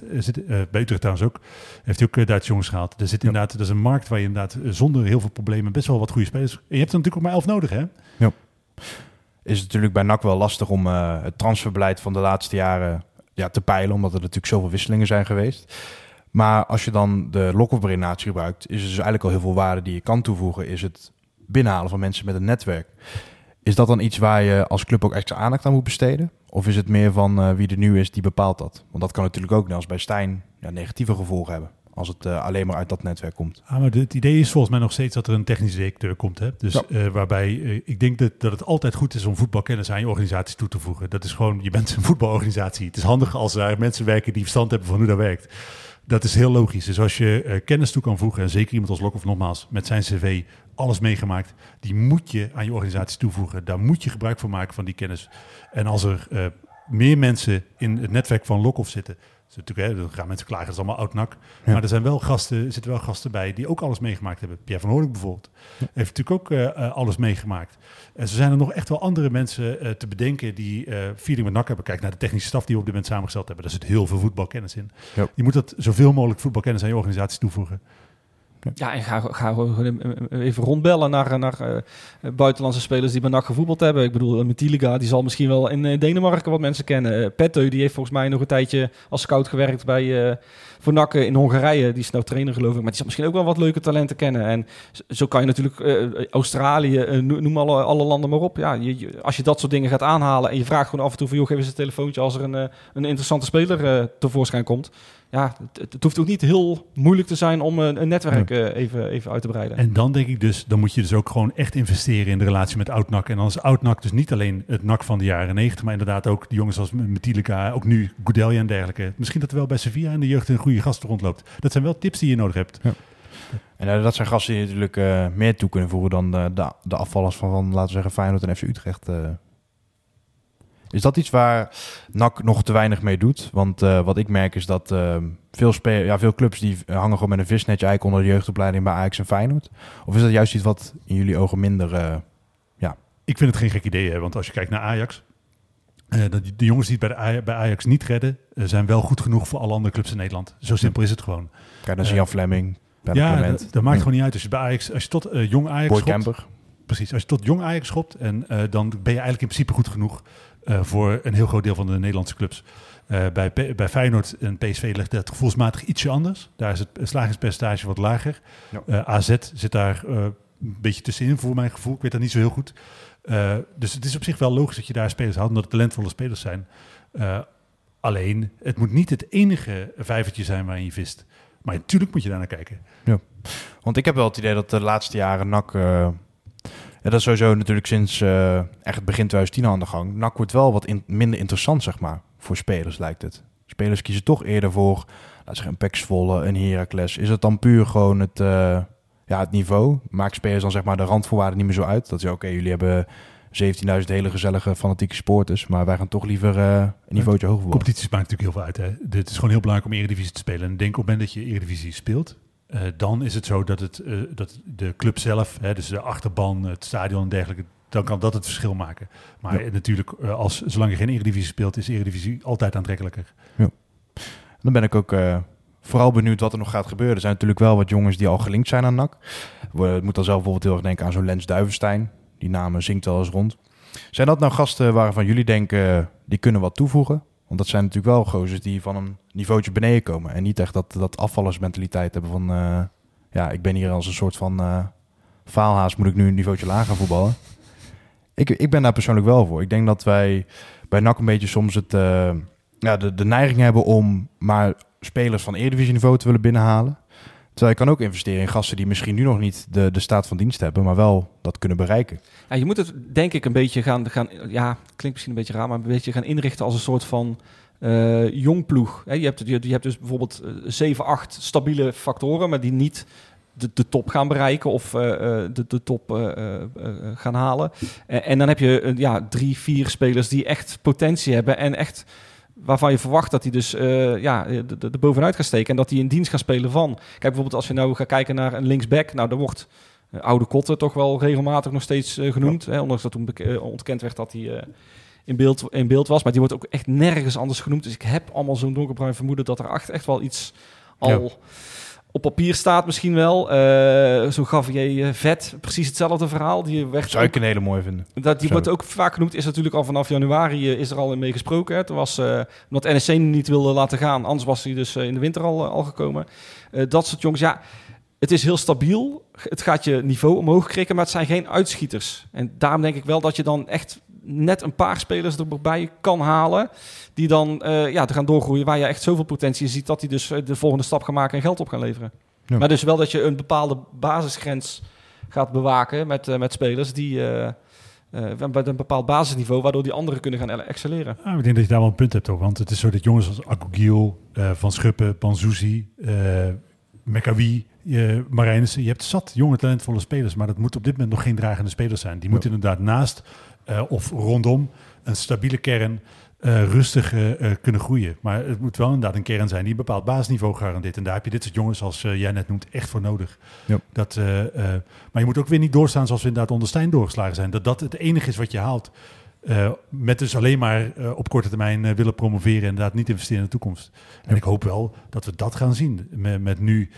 bij Utrecht trouwens ook. Heeft hij ook Duitse jongens gehaald. Er zit inderdaad, dat is een markt waar je inderdaad zonder heel veel problemen best wel wat goede spelers. En je hebt er natuurlijk ook maar 11 nodig, hè? Ja. Is het natuurlijk bij NAC wel lastig om het transferbeleid van de laatste jaren te peilen. Omdat er natuurlijk zoveel wisselingen zijn geweest. Maar als je dan de Lokhoff-redenatie gebruikt, is er dus eigenlijk al heel veel waarde die je kan toevoegen. Is het binnenhalen van mensen met een netwerk. Is dat dan iets waar je als club ook extra aandacht aan moet besteden? Of is het meer van wie er nu is, die bepaalt dat? Want dat kan natuurlijk ook, net als bij Stijn, negatieve gevolgen hebben. Als het alleen maar uit dat netwerk komt. Maar het idee is volgens mij nog steeds dat er een technisch directeur komt. Hè? Dus waarbij ik denk dat het altijd goed is om voetbalkennis aan je organisatie toe te voegen. Dat is gewoon, je bent een voetbalorganisatie. Het is handig als er mensen werken die verstand hebben van hoe dat werkt. Dat is heel logisch. Dus als je kennis toe kan voegen, en zeker iemand als Lokhoff nogmaals, met zijn cv, alles meegemaakt, die moet je aan je organisatie toevoegen. Daar moet je gebruik van maken van die kennis. En als er meer mensen in het netwerk van Lokhoff zitten, dan gaan mensen klagen, dat is allemaal oud-NAC. Ja. Maar er zitten wel gasten bij die ook alles meegemaakt hebben. Pierre van Hoornik bijvoorbeeld heeft natuurlijk ook alles meegemaakt. En zo zijn er nog echt wel andere mensen te bedenken die feeling met NAC hebben. Kijk naar de technische staf die we op dit moment samengesteld hebben. Daar zit heel veel voetbalkennis in. Ja. Je moet dat zoveel mogelijk voetbalkennis aan je organisatie toevoegen. Ja, en ga even rondbellen naar buitenlandse spelers die bij NAC gevoetbald hebben. Ik bedoel, Metiliga, die zal misschien wel in Denemarken wat mensen kennen. Petteu, die heeft volgens mij nog een tijdje als scout gewerkt voor NAC in Hongarije. Die is nou trainer, geloof ik. Maar die zal misschien ook wel wat leuke talenten kennen. En zo kan je natuurlijk Australië, noem alle landen maar op. Ja, als je dat soort dingen gaat aanhalen en je vraagt gewoon af en toe van, joh, geef eens een telefoontje als er een interessante speler tevoorschijn komt. Ja, het hoeft ook niet heel moeilijk te zijn om een netwerk even uit te breiden. En dan denk ik dus, dan moet je dus ook gewoon echt investeren in de relatie met oud-NAC. En dan is oud-NAC dus niet alleen het NAC van de jaren 90, maar inderdaad ook die jongens als Metilica, ook nu Goudelje en dergelijke. Misschien dat er wel bij Sevilla in de jeugd een goede gast rondloopt. Dat zijn wel tips die je nodig hebt. Ja. En dat zijn gasten die natuurlijk meer toe kunnen voegen dan de afvallers van, laten we zeggen, Feyenoord en FC Utrecht. Is dat iets waar NAC nog te weinig mee doet? Want wat ik merk is dat veel clubs die hangen gewoon met een visnetje eigenlijk onder de jeugdopleiding bij Ajax en Feyenoord. Of is dat juist iets wat in jullie ogen minder... Ik vind het geen gek idee, hè? Want als je kijkt naar Ajax, de jongens die het bij Ajax niet redden, zijn wel goed genoeg voor alle andere clubs in Nederland. Zo simpel is het gewoon. Kijk, dan zie je Jan Fleming. Dat maakt gewoon niet uit. Als je bij Ajax, als je tot jong Ajax Boy schopt, Kemper. Precies, als je tot jong Ajax schopt, en dan ben je eigenlijk in principe goed genoeg voor een heel groot deel van de Nederlandse clubs. Bij Feyenoord en PSV ligt dat gevoelsmatig ietsje anders. Daar is het slagingspercentage wat lager. Ja. AZ zit daar een beetje tussenin voor mijn gevoel. Ik weet dat niet zo heel goed. Dus het is op zich wel logisch dat je daar spelers haalt, omdat het talentvolle spelers zijn. Alleen, het moet niet het enige vijvertje zijn waarin je vist. Maar natuurlijk moet je daar naar kijken. Ja. Want ik heb wel het idee dat de laatste jaren NAC... dat is sowieso natuurlijk sinds echt begin 2010 aan de gang. NAC wordt wel wat minder interessant, zeg maar, voor spelers, lijkt het. Spelers kiezen toch eerder voor, laten we zeggen, een Pek Zwolle, een Heracles. Is het dan puur gewoon het niveau maakt spelers dan zeg maar de randvoorwaarden niet meer zo uit. Dat is oké, jullie hebben 17.000 hele gezellige fanatieke sporters, maar wij gaan toch liever een niveautje hoger voetballen. Competities maken natuurlijk heel veel uit. Hè. Het is gewoon heel belangrijk om Eredivisie te spelen. En ik denk op het moment dat je Eredivisie speelt, dan is het zo dat dat de club zelf, dus de achterban, het stadion en dergelijke, dan kan dat het verschil maken. Maar natuurlijk, zolang je geen Eredivisie speelt, is Eredivisie altijd aantrekkelijker. Ja. Dan ben ik ook vooral benieuwd wat er nog gaat gebeuren. Er zijn natuurlijk wel wat jongens die al gelinkt zijn aan NAC. Ik moet dan zelf bijvoorbeeld heel erg denken aan zo'n Lens Duivenstein. Die naam zingt wel eens rond. Zijn dat nou gasten waarvan jullie denken, die kunnen wat toevoegen? Want dat zijn natuurlijk wel gozers die van een niveautje beneden komen. En niet echt dat afvallersmentaliteit hebben van... ik ben hier als een soort van faalhaas, moet ik nu een niveautje lager voetballen. Ik ben daar persoonlijk wel voor. Ik denk dat wij bij NAC een beetje soms de neiging hebben om maar spelers van Eredivisie niveau te willen binnenhalen. Terwijl je kan ook investeren in gasten die misschien nu nog niet de staat van dienst hebben, maar wel dat kunnen bereiken. Ja, je moet het denk ik een beetje gaan klinkt misschien een beetje raar, maar een beetje gaan inrichten als een soort van jong ploeg. Je hebt dus bijvoorbeeld 7, 8 stabiele factoren, maar die niet de top gaan bereiken of de top gaan halen. En dan heb je 3, 4 spelers die echt potentie hebben en echt waarvan je verwacht dat hij dus er bovenuit gaat steken en dat hij in dienst gaat spelen van. Kijk, bijvoorbeeld als je nou gaat kijken naar een linksback, nou daar wordt Oude Kotten toch wel regelmatig nog steeds genoemd. Hè, ondanks dat toen ontkend werd dat hij in beeld was. Maar die wordt ook echt nergens anders genoemd. Dus ik heb allemaal zo'n donkerbruin vermoeden dat er echt wel iets al op papier staat misschien wel. Zo Gavier Vet, precies hetzelfde verhaal. Zou ik een hele mooie vinden. Die wordt ook vaak genoemd. Is natuurlijk al vanaf januari is er al mee gesproken. Hè. Toen was omdat NEC niet wilde laten gaan. Anders was hij dus in de winter al gekomen. Dat soort jongens, het is heel stabiel. Het gaat je niveau omhoog krikken, maar het zijn geen uitschieters. En daarom denk ik wel dat je dan echt net een paar spelers erbij kan halen die dan te gaan doorgroeien, waar je echt zoveel potentie ziet dat die dus de volgende stap gaan maken en geld op gaan leveren. Ja. Maar dus wel dat je een bepaalde basisgrens gaat bewaken met spelers die met een bepaald basisniveau, waardoor die anderen kunnen gaan excelleren. Ik denk dat je daar wel een punt hebt, toch? Want het is zo dat jongens als Agogiel, Van Schuppen, Panzouzi, Mekawi, Marijnissen, je hebt zat jonge talentvolle spelers, maar dat moet op dit moment nog geen dragende spelers zijn. Die moeten inderdaad naast of rondom een stabiele kern rustig kunnen groeien. Maar het moet wel inderdaad een kern zijn die een bepaald basisniveau garandeert. En daar heb je dit soort jongens, als jij net noemt, echt voor nodig. Ja. Maar je moet ook weer niet doorstaan zoals we inderdaad onder Stijn doorgeslagen zijn. Dat het enige is wat je haalt. Met dus alleen maar op korte termijn willen promoveren en inderdaad niet investeren in de toekomst. En ik hoop wel dat we dat gaan zien. Met nu,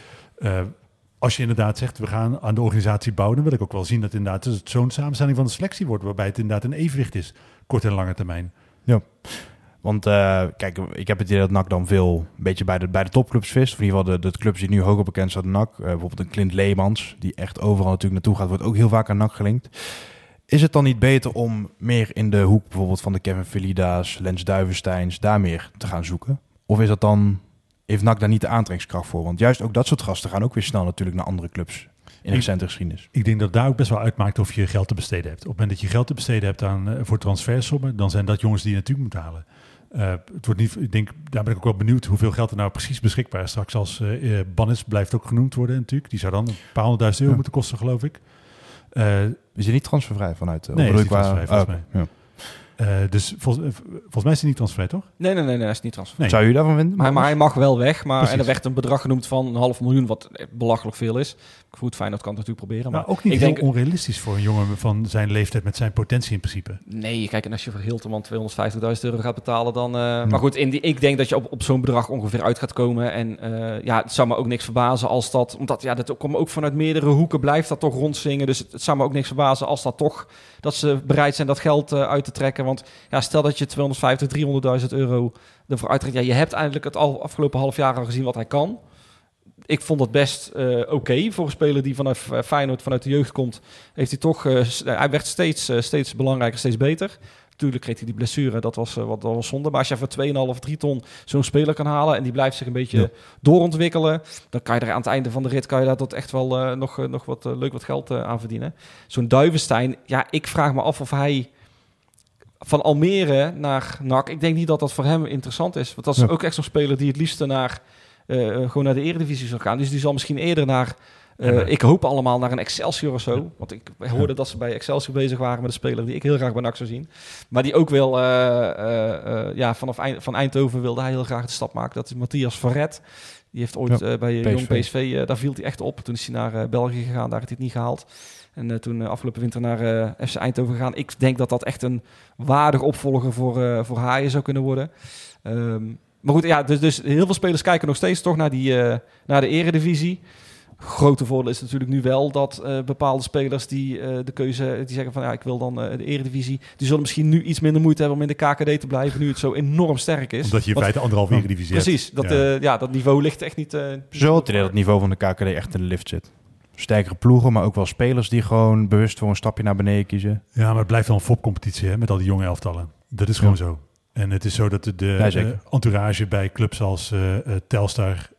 als je inderdaad zegt, we gaan aan de organisatie bouwen, dan wil ik ook wel zien dat inderdaad het zo'n samenstelling van de selectie wordt, waarbij het inderdaad een evenwicht is, kort en lange termijn. Ja, want kijk, ik heb het idee dat NAC dan veel een beetje bij de topclubs vist. Of in ieder geval de clubs die nu hoger bekend zijn dan NAC. Bijvoorbeeld een Clint Leemans, die echt overal natuurlijk naartoe gaat, wordt ook heel vaak aan NAC gelinkt. Is het dan niet beter om meer in de hoek bijvoorbeeld van de Kevin Velida's, Lens Duivensteins, daar meer te gaan zoeken? Of is dat dan, heeft NAC daar niet de aantrekkingskracht voor? Want juist ook dat soort gasten gaan ook weer snel natuurlijk naar andere clubs in de recente geschiedenis. Ik denk dat daar ook best wel uitmaakt of je geld te besteden hebt. Op het moment dat je geld te besteden hebt voor transfersommen, dan zijn dat jongens die je natuurlijk moet halen. Het wordt niet, ik denk, daar ben ik ook wel benieuwd hoeveel geld er nou precies beschikbaar is. Straks als Bannis blijft ook genoemd worden natuurlijk. Die zou dan een paar €100.000 moeten kosten, geloof ik. Is hij niet transfervrij vanuit? Nee, is niet transfervrij volgens mij. Ja. Dus volgens mij is hij niet transfervrij, toch? Nee, hij is niet transfervrij. Nee. Zou je daarvan vinden? Maar hij mag wel weg. En er werd een bedrag genoemd van $500.000, wat belachelijk veel is. Goed, Feyenoord kan het natuurlijk proberen. Maar ook niet heel onrealistisch voor een jongen van zijn leeftijd met zijn potentie in principe. Nee, kijk, en als je voor Hilterman €250.000 gaat betalen, dan... Maar goed, ik denk dat je op zo'n bedrag ongeveer uit gaat komen. En het zou me ook niks verbazen als dat... Omdat dat komt ook vanuit meerdere hoeken, blijft dat toch rondzingen. Dus het zou me ook niks verbazen als dat toch... Dat ze bereid zijn dat geld uit te trekken. Want stel dat je €250.000, €300.000 ervoor uittrekt. Ja, je hebt eigenlijk het afgelopen half jaar al gezien wat hij kan. Ik vond het best oké voor een speler die vanaf Feyenoord, vanuit de jeugd komt. Heeft hij toch... hij werd steeds belangrijker, steeds beter. Natuurlijk kreeg hij die blessure, dat was zonde. Maar als je voor 2,5, 3 ton zo'n speler kan halen... en die blijft zich een beetje doorontwikkelen... dan kan je er aan het einde van de rit... kan je daar tot echt wel nog wat leuk wat geld aan verdienen. Zo'n Duivenstein, ik vraag me af of hij... van Almere naar NAC... ik denk niet dat dat voor hem interessant is. Want dat is ook echt zo'n speler die het liefste gewoon naar de Eredivisie zal gaan. Dus die zal misschien eerder naar Ik hoop allemaal naar een Excelsior of zo. Want ik hoorde dat ze bij Excelsior bezig waren met een speler die ik heel graag bij NAC zou zien. Maar die ook wel van Eindhoven wilde hij heel graag de stap maken. Dat is Matthias Verret. Die heeft ooit bij Jong PSV, daar viel hij echt op. Toen is hij naar België gegaan, daar heeft hij het niet gehaald. En toen afgelopen winter naar FC Eindhoven gegaan. Ik denk dat dat echt een waardig opvolger voor Haaien zou kunnen worden. Maar goed, ja, dus heel veel spelers kijken nog steeds toch naar de eredivisie. Grote voordeel is natuurlijk nu wel dat bepaalde spelers die de keuze, die zeggen van ja, ik wil dan de eredivisie. Die zullen misschien nu iets minder moeite hebben om in de KKD te blijven, nu het zo enorm sterk is. Omdat je in feite anderhalf eredivisie hebt. Precies, dat niveau ligt echt niet... Zo het idee dat het niveau van de KKD echt in de lift zit. Sterkere ploegen, maar ook wel spelers die gewoon bewust voor een stapje naar beneden kiezen. Ja, maar het blijft wel een fopcompetitie met al die jonge elftallen. Dat is gewoon zo. En het is zo dat de entourage bij clubs als Telstar,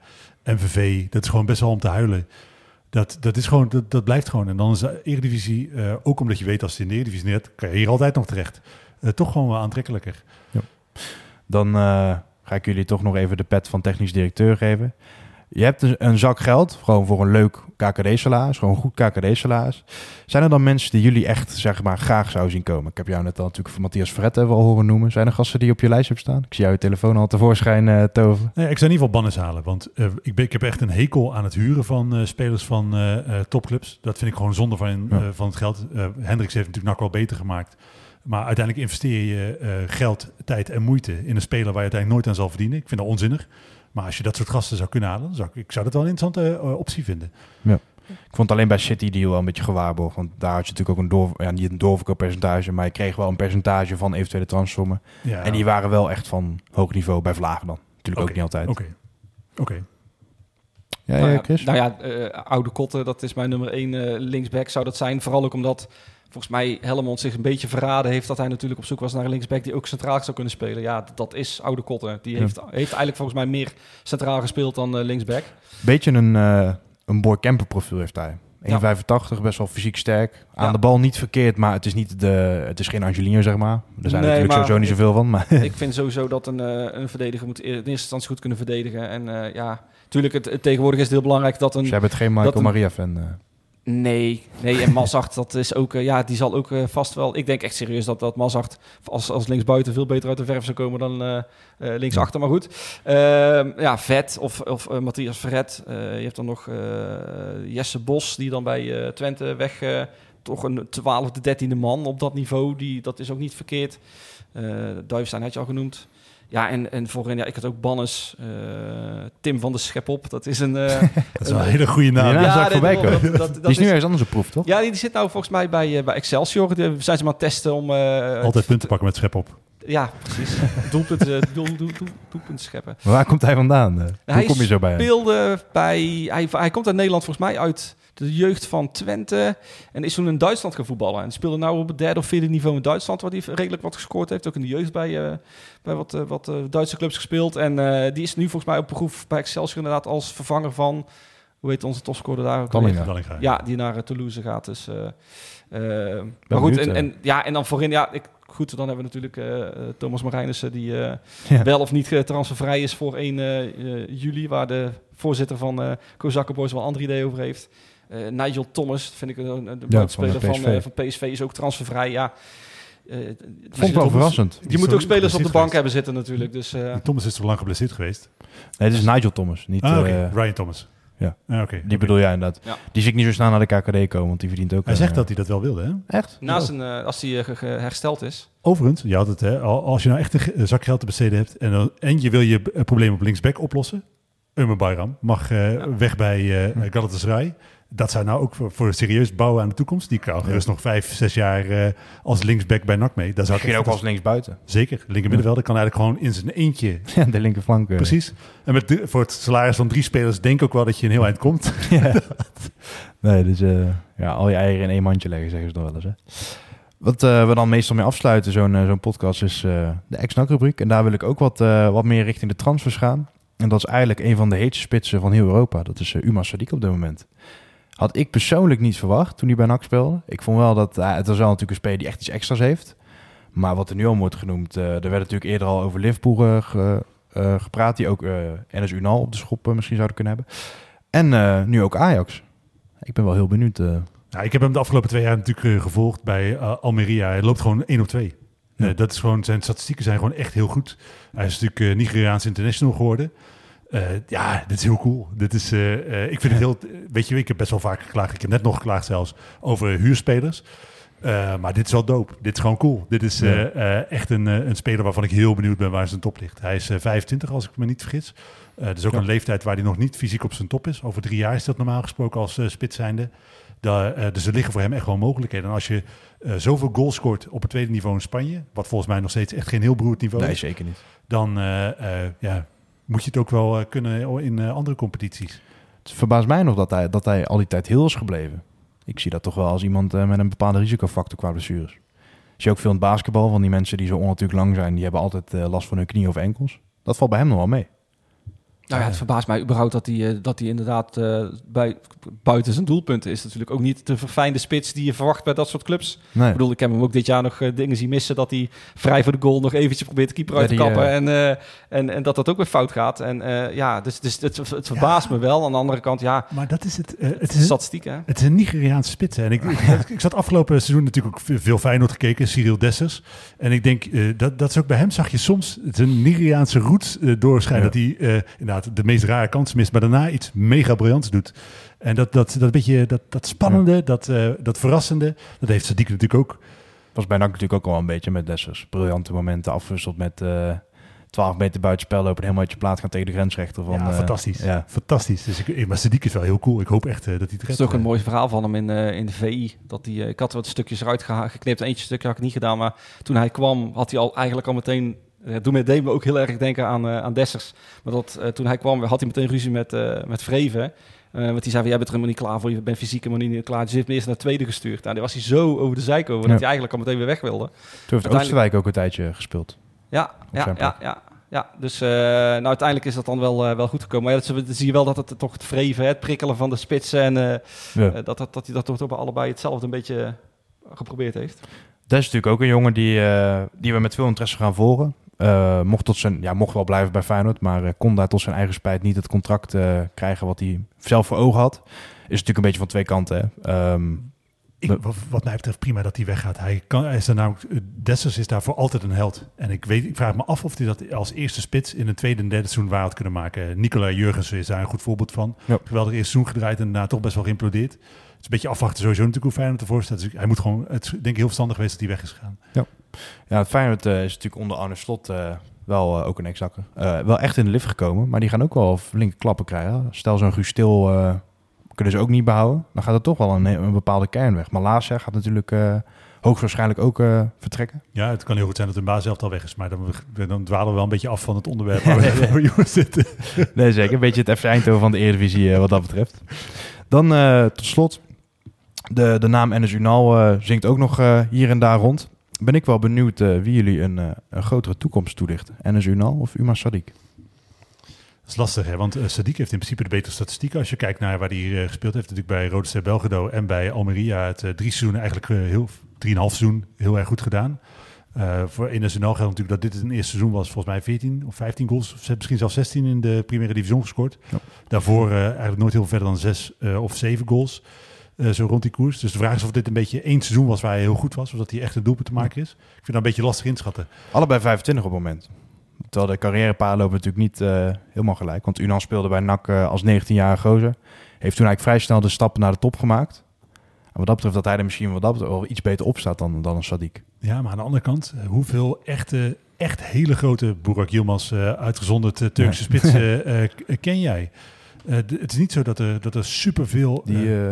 MVV, dat is gewoon best wel om te huilen. Dat is gewoon, dat blijft gewoon. En dan is de Eredivisie, ook omdat je weet als het in de Eredivisie net, kan je hier altijd nog terecht. Toch gewoon wel aantrekkelijker. Ja. Dan ga ik jullie toch nog even de pet van technisch directeur geven. Je hebt een zak geld, gewoon voor een leuk KKD-salaris, gewoon een goed KKD-salaris. Zijn er dan mensen die jullie echt, zeg maar, graag zouden zien komen? Ik heb jou net al natuurlijk Matthias Verret al horen noemen. Zijn er gasten die op je lijst hebt staan? Ik zie jouw telefoon al tevoorschijn toveren. Nee, ik zou in ieder geval Bannes halen, want ik heb echt een hekel aan het huren van spelers van topclubs. Dat vind ik gewoon zonde van het geld. Hendricks heeft natuurlijk NAC wel beter gemaakt. Maar uiteindelijk investeer je geld, tijd en moeite in een speler waar je uiteindelijk nooit aan zal verdienen. Ik vind dat onzinnig. Maar als je dat soort gasten zou kunnen halen, zou dat wel een interessante optie vinden. Ja. Ik vond alleen bij City die wel een beetje gewaarborgd. Want daar had je natuurlijk ook niet een doorverkooppercentage, maar je kreeg wel een percentage van eventuele transfersommen. Ja. En die waren wel echt van hoog niveau bij Vlagen dan. Natuurlijk ook niet altijd. Oké. Ja, Chris? Oude Kotten, dat is mijn nummer 1 linksback zou dat zijn. Vooral ook omdat volgens mij Helmond zich een beetje verraden heeft dat hij natuurlijk op zoek was naar een linksback die ook centraal zou kunnen spelen. Ja, dat is Oude Kotten. Die heeft eigenlijk volgens mij meer centraal gespeeld dan linksback. Beetje een Boy Camper profiel heeft hij. 1,85, best wel fysiek sterk. Aan de bal niet verkeerd, maar het is geen Angelino, zeg maar. Er zijn natuurlijk sowieso niet zoveel van. Maar ik vind sowieso dat een verdediger moet in eerste instantie goed kunnen verdedigen. En natuurlijk, tegenwoordig is het heel belangrijk dat een... Dus jij bent geen Michael Maria-fan? Nee, en Mazart, dat is ook, die zal ook vast wel... Ik denk echt serieus dat Mazart als linksbuiten veel beter uit de verf zou komen dan linksachter. Maar goed, Vet of Matthias Verret. Je hebt dan nog Jesse Bos, die dan bij Twente weg... toch een 12e, 13e man op dat niveau. Dat is ook niet verkeerd. Duivestein had je al genoemd. Ja, en voorin, ik had ook Bannes, Tim van de Schepop. Dat is een... dat is wel een hele goede naam. Die is nu ergens anders op proef, toch? Ja, die zit nou volgens mij bij Excelsior. Zijn ze maar aan het testen om... Altijd punten pakken met Schepop. Ja, precies. Doelpunt scheppen. Maar waar komt hij vandaan? Hoe kom je zo bij hem? Hij komt uit Nederland volgens mij uit de jeugd van Twente. En is toen in Duitsland gaan voetballen. En speelde nou op het 3e of 4e niveau in Duitsland, waar hij redelijk wat gescoord heeft. Ook in de jeugd bij wat Duitse clubs gespeeld. En die is nu volgens mij op beroep bij Excelsior inderdaad als vervanger van... Hoe heet onze topscorer daar ook? Dallinga. Ja, die naar Toulouse gaat. Dus, maar goed, en dan voorin... Goed, dan hebben we natuurlijk Thomas Marijnissen... die wel of niet transfervrij is voor 1 juli... waar de voorzitter van Kozakken Boys wel een ander idee over heeft. Nigel Thomas, vind ik een speler van PSV... is ook transfervrij, ja. Vond ik wel verrassend. Je moet ook spelers op de bank hebben zitten natuurlijk. Dus, Thomas is toch lang geblesseerd geweest? Nee, dit is Nigel Thomas, niet... Ryan Thomas. Ja, die bedoel jij inderdaad. Ja. Die zie ik niet zo snel naar de KKD komen, want die verdient ook... Hij zegt dat hij dat wel wilde, hè? Echt? Als hij hersteld is. Overigens, je had het, hè? Als je nou echt een zak geld te besteden hebt... en je wil je probleem op linksback oplossen... Ömer Bayram mag weg bij Galatasaray... Dat zou nou ook voor serieus bouwen aan de toekomst. Die kan gerust nog 5-6 jaar als linksback bij NAC mee. Daar zou ik ook als linksbuiten. Zeker. Linkermiddenvelder kan eigenlijk gewoon in zijn eentje. Ja, de linkerflank. Precies. En voor het salaris van 3 spelers denk ik ook wel dat je een heel eind komt. Ja. Nee, dus al je eieren in 1 mandje leggen, zeggen ze toch wel eens. Hè? Wat we dan meestal mee afsluiten, zo'n podcast, is de ex-NAC-rubriek. En daar wil ik ook wat meer richting de transfers gaan. En dat is eigenlijk een van de heetste spitsen van heel Europa. Dat is Umar Sadiq op dit moment. Had ik persoonlijk niet verwacht toen hij bij NAC speelde. Ik vond wel dat het was wel natuurlijk een speler die echt iets extra's heeft. Maar wat er nu al wordt genoemd, er werd natuurlijk eerder al over Liverpool gepraat, die ook Enes Unal op de schop misschien zouden kunnen hebben. En nu ook Ajax. Ik ben wel heel benieuwd. Ik heb hem de afgelopen 2 jaar natuurlijk gevolgd bij Almeria. Hij loopt gewoon 1 op 2. Ja. Dat is gewoon, zijn statistieken zijn gewoon echt heel goed. Hij is natuurlijk Nigeriaans international geworden. Dit is heel cool. Dit is, ik vind het heel... Weet je, ik heb best wel vaak geklaagd. Ik heb net nog geklaagd zelfs over huurspelers. Maar dit is wel dope. Dit is gewoon cool. Dit is echt een speler waarvan ik heel benieuwd ben waar zijn top ligt. Hij is 25, als ik me niet vergis. Dus ook een leeftijd waar hij nog niet fysiek op zijn top is. Over 3 jaar is dat normaal gesproken als spits zijnde. Dus er liggen voor hem echt wel mogelijkheden. En als je zoveel goals scoort op het tweede niveau in Spanje, wat volgens mij nog steeds echt geen heel beroerd niveau is, zeker niet. Dan moet je het ook wel kunnen in andere competities. Het verbaast mij nog dat hij al die tijd heel is gebleven. Ik zie dat toch wel als iemand met een bepaalde risicofactor qua blessures. Zie je ook veel in het basketbal, van die mensen die zo onnatuurlijk lang zijn, die hebben altijd last van hun knie of enkels. Dat valt bij hem nog wel mee. Nou ja, het verbaast mij überhaupt dat hij inderdaad buiten zijn doelpunten is. Natuurlijk ook niet de verfijnde spits die je verwacht bij dat soort clubs. Nee. Ik bedoel, ik heb hem ook dit jaar nog dingen zien missen, dat hij vrij voor de goal nog eventjes probeert de keeper uit te kappen. En dat ook weer fout gaat. En dus het verbaast me wel. Aan de andere kant, Maar dat is het. Het is statistiek, hè? Het is een Nigeriaanse spits. Hè? En ik zat afgelopen seizoen natuurlijk ook veel Feyenoord gekeken, Cyril Dessers. En ik denk, dat is ook bij hem, zag je soms zijn Nigeriaanse roots doorschijnen. Dat hij inderdaad de meest rare kansen mist, maar daarna iets mega briljants doet. En dat beetje, dat spannende, dat verrassende, dat heeft Sadiq natuurlijk ook. Was bij NAC natuurlijk ook al een beetje met Dessers. Briljante momenten, afwisselt met 12 meter buitenspel lopen en helemaal uit je plaat gaan tegen de grensrechter. Fantastisch. Fantastisch. Dus maar Sadiq is wel heel cool. Ik hoop echt dat hij het redt. Het is ook een mooi verhaal van hem in de VI. Dat ik had wat stukjes eruit geknipt. Eentje stukje had ik niet gedaan, maar toen hij kwam had hij eigenlijk al meteen... Het deed me ook heel erg denken aan Dessers. Maar toen hij kwam, had hij meteen ruzie met Vreven. Want die zei van, jij bent er helemaal niet klaar voor. Je bent fysiek helemaal niet klaar. Dus hij heeft me eerst naar het tweede gestuurd. Nou, daar was hij zo over de zeik over dat hij eigenlijk al meteen weer weg wilde. Toen heeft Oosterwijk ook een tijdje gespeeld. Ja. Dus uiteindelijk is dat dan wel goed gekomen. Maar dan zie je wel dat het toch het Vreven, het prikkelen van de spitsen. En dat hij dat toch bij allebei hetzelfde een beetje geprobeerd heeft. Dat is natuurlijk ook een jongen die we met veel interesse gaan volgen. Mocht wel blijven bij Feyenoord, maar kon daar tot zijn eigen spijt niet het contract krijgen wat hij zelf voor ogen had. Is natuurlijk een beetje van twee kanten. Hè. Wat mij betreft prima dat hij weggaat. Dessers is daarvoor altijd een held. En ik vraag me af of hij dat als eerste spits in een tweede en derde seizoen waar had kunnen maken. Nicolai Jurgensen is daar een goed voorbeeld van. Ja. Geweldig eerste seizoen gedraaid en daarna toch best wel geïmplodeerd. Het is een beetje afwachten sowieso natuurlijk hoe Feyenoord ervoor staat. Dus hij moet gewoon, het is denk ik heel verstandig geweest dat hij weg is gegaan. Ja, Feyenoord is natuurlijk onder Arne Slot wel ook een ex-zakker. Wel echt in de lift gekomen, maar die gaan ook wel flinke klappen krijgen. Stel zo'n Guus Til kunnen ze ook niet behouden. Dan gaat er toch wel een bepaalde kern weg. Maar Malacia gaat natuurlijk hoogstwaarschijnlijk ook vertrekken. Ja, het kan heel goed zijn dat een baas zelf al weg is. Maar dan dwalen we wel een beetje af van het onderwerp waar we voor jongens zitten. Nee, zeker. Een beetje het FC Eindhoven van de Eredivisie wat dat betreft. Dan tot slot. De naam Enes Ünal zingt ook nog hier en daar rond. Ben ik wel benieuwd wie jullie een grotere toekomst toelichten. Enes Ünal of Umar Sadiq? Dat is lastig, hè? Want Sadiq heeft in principe de betere statistieken. Als je kijkt naar waar hij gespeeld heeft, natuurlijk bij Rode Ster Belgrado en bij Almeria. Het 3 seizoenen eigenlijk 3,5 seizoen heel erg goed gedaan. Voor Enes Ünal geldt natuurlijk dat dit een eerste seizoen was. Volgens mij 14 of 15 goals, of misschien zelfs 16 in de Primera Division gescoord. Ja. Daarvoor eigenlijk nooit heel verder dan 6 of 7 goals. Zo rond die koers. Dus de vraag is of dit een beetje 1 seizoen was waar hij heel goed was. Of dat hij echt een doelpunt te maken is. Ik vind dat een beetje lastig inschatten. Allebei 25 op het moment. Terwijl de carrièrepaden lopen natuurlijk niet helemaal gelijk. Want Ünal speelde bij NAC als 19-jarige gozer. Heeft toen eigenlijk vrij snel de stappen naar de top gemaakt. En wat dat betreft dat hij er misschien wel iets beter op staat dan een Sadiq. Ja, maar aan de andere kant, hoeveel echt hele grote Burak Yilmaz uitgezonderd Turkse spitsen ken jij? Het is niet zo dat er superveel...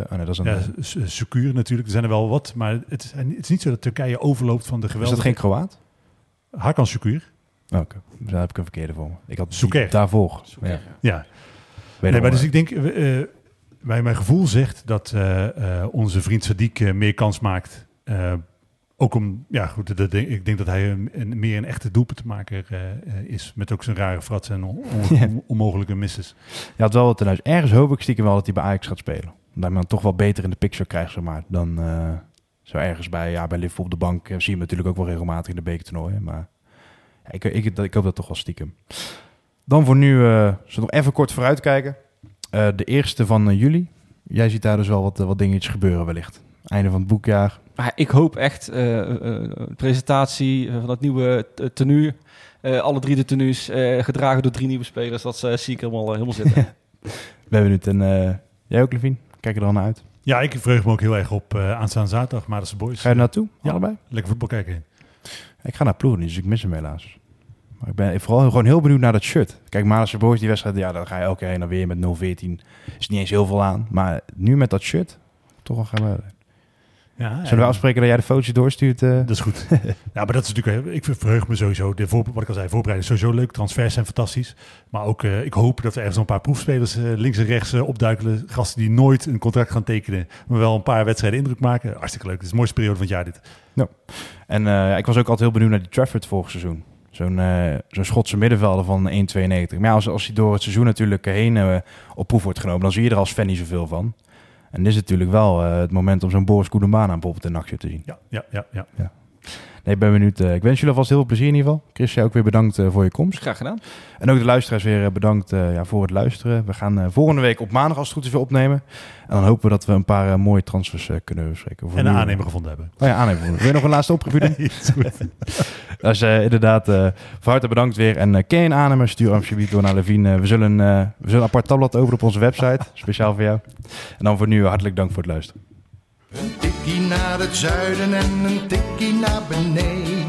Sukur natuurlijk, er zijn er wel wat. Maar het is niet zo dat Turkije overloopt van de geweldige... Is dat geen Kroaat? Hakan Sukur. Oké, daar heb ik een verkeerde voor me. Ik had Suker. Daarvoor. Ja. Nee, maar dus ik denk... mijn gevoel zegt dat onze vriend Sadiq meer kans maakt... ook om, ik denk dat hij meer een echte doelpuntenmaker is. Met ook zijn rare frats en onmogelijke misses. Ja, het wel wat ten ergens hoop ik stiekem wel dat hij bij Ajax gaat spelen. Omdat hij dan toch wel beter in de picture krijgt, zeg maar. Dan zo ergens bij Liverpool op de bank. Zie je hem natuurlijk ook wel regelmatig in de bekertoernooien. Maar ik hoop dat toch wel stiekem. Dan voor nu, zullen we nog even kort vooruitkijken. De eerste van juli jij ziet daar dus wel wat dingetjes gebeuren wellicht. Einde van het boekjaar. Ik hoop echt presentatie van het nieuwe tenue. Alle 3 de tenues gedragen door 3 nieuwe spelers. Dat zie ik helemaal zitten. We hebben het. En jij ook, Levine? Kijk er al naar uit. Ja, ik verheug me ook heel erg op aanstaande zaterdag. Maartense Boys. Ga je er naartoe? Ja, allebei? Lekker voetbal kijken. Ik ga naar ploegen, dus ik mis hem helaas. Maar ik ben vooral gewoon heel benieuwd naar dat shirt. Kijk, Maartense Boys, die wedstrijd, ja, daar ga je elke keer heen dan weer met 0-14. Is niet eens heel veel aan. Maar nu met dat shirt, toch wel gaan we... Ja, zullen we afspreken dat jij de foto's doorstuurt? Dat is goed. Ja, maar dat is natuurlijk... Ik verheug me sowieso. Wat ik al zei, voorbereiding is sowieso leuk. Transfers zijn fantastisch. Maar ook, ik hoop dat er ergens nog een paar proefspelers links en rechts opduikelen. Gasten die nooit een contract gaan tekenen, maar wel een paar wedstrijden indruk maken. Hartstikke leuk. Het is de mooiste periode van het jaar dit. Ja. En ik was ook altijd heel benieuwd naar die Trafford vorig seizoen. Zo'n Schotse middenvelder van 1,92. Maar ja, als hij door het seizoen natuurlijk heen op proef wordt genomen, dan zie je er als fan niet zoveel van. En dit is natuurlijk wel het moment om zo'n Boris Koedemana bijvoorbeeld in actie te zien. Ja. Nee, ik ben benieuwd. Ik wens jullie alvast heel veel plezier in ieder geval. Chris, jij ook weer bedankt voor je komst. Graag gedaan. En ook de luisteraars weer bedankt voor het luisteren. We gaan volgende week op maandag als het goed is weer opnemen. En dan hopen we dat we een paar mooie transfers kunnen bespreken. En een aannemer gevonden hebben. Oh ja, aannemer gevonden. Wil je nog een laatste oproep doen? Nee, is goed. Dus inderdaad, van harte bedankt weer. En ken je een aannemer, stuur alsjeblieft door naar Levine. We zullen een apart tabblad over op onze website. Speciaal voor jou. En dan voor nu hartelijk dank voor het luisteren. Een tikkie naar het zuiden en een tikkie naar beneden.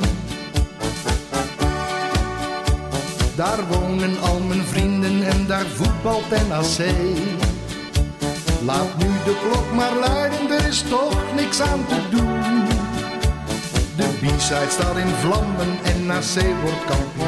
Daar wonen al mijn vrienden en daar voetbalt NAC. Laat nu de klok maar luiden, er is toch niks aan te doen. De B-side staat in vlammen en NAC wordt kampioen.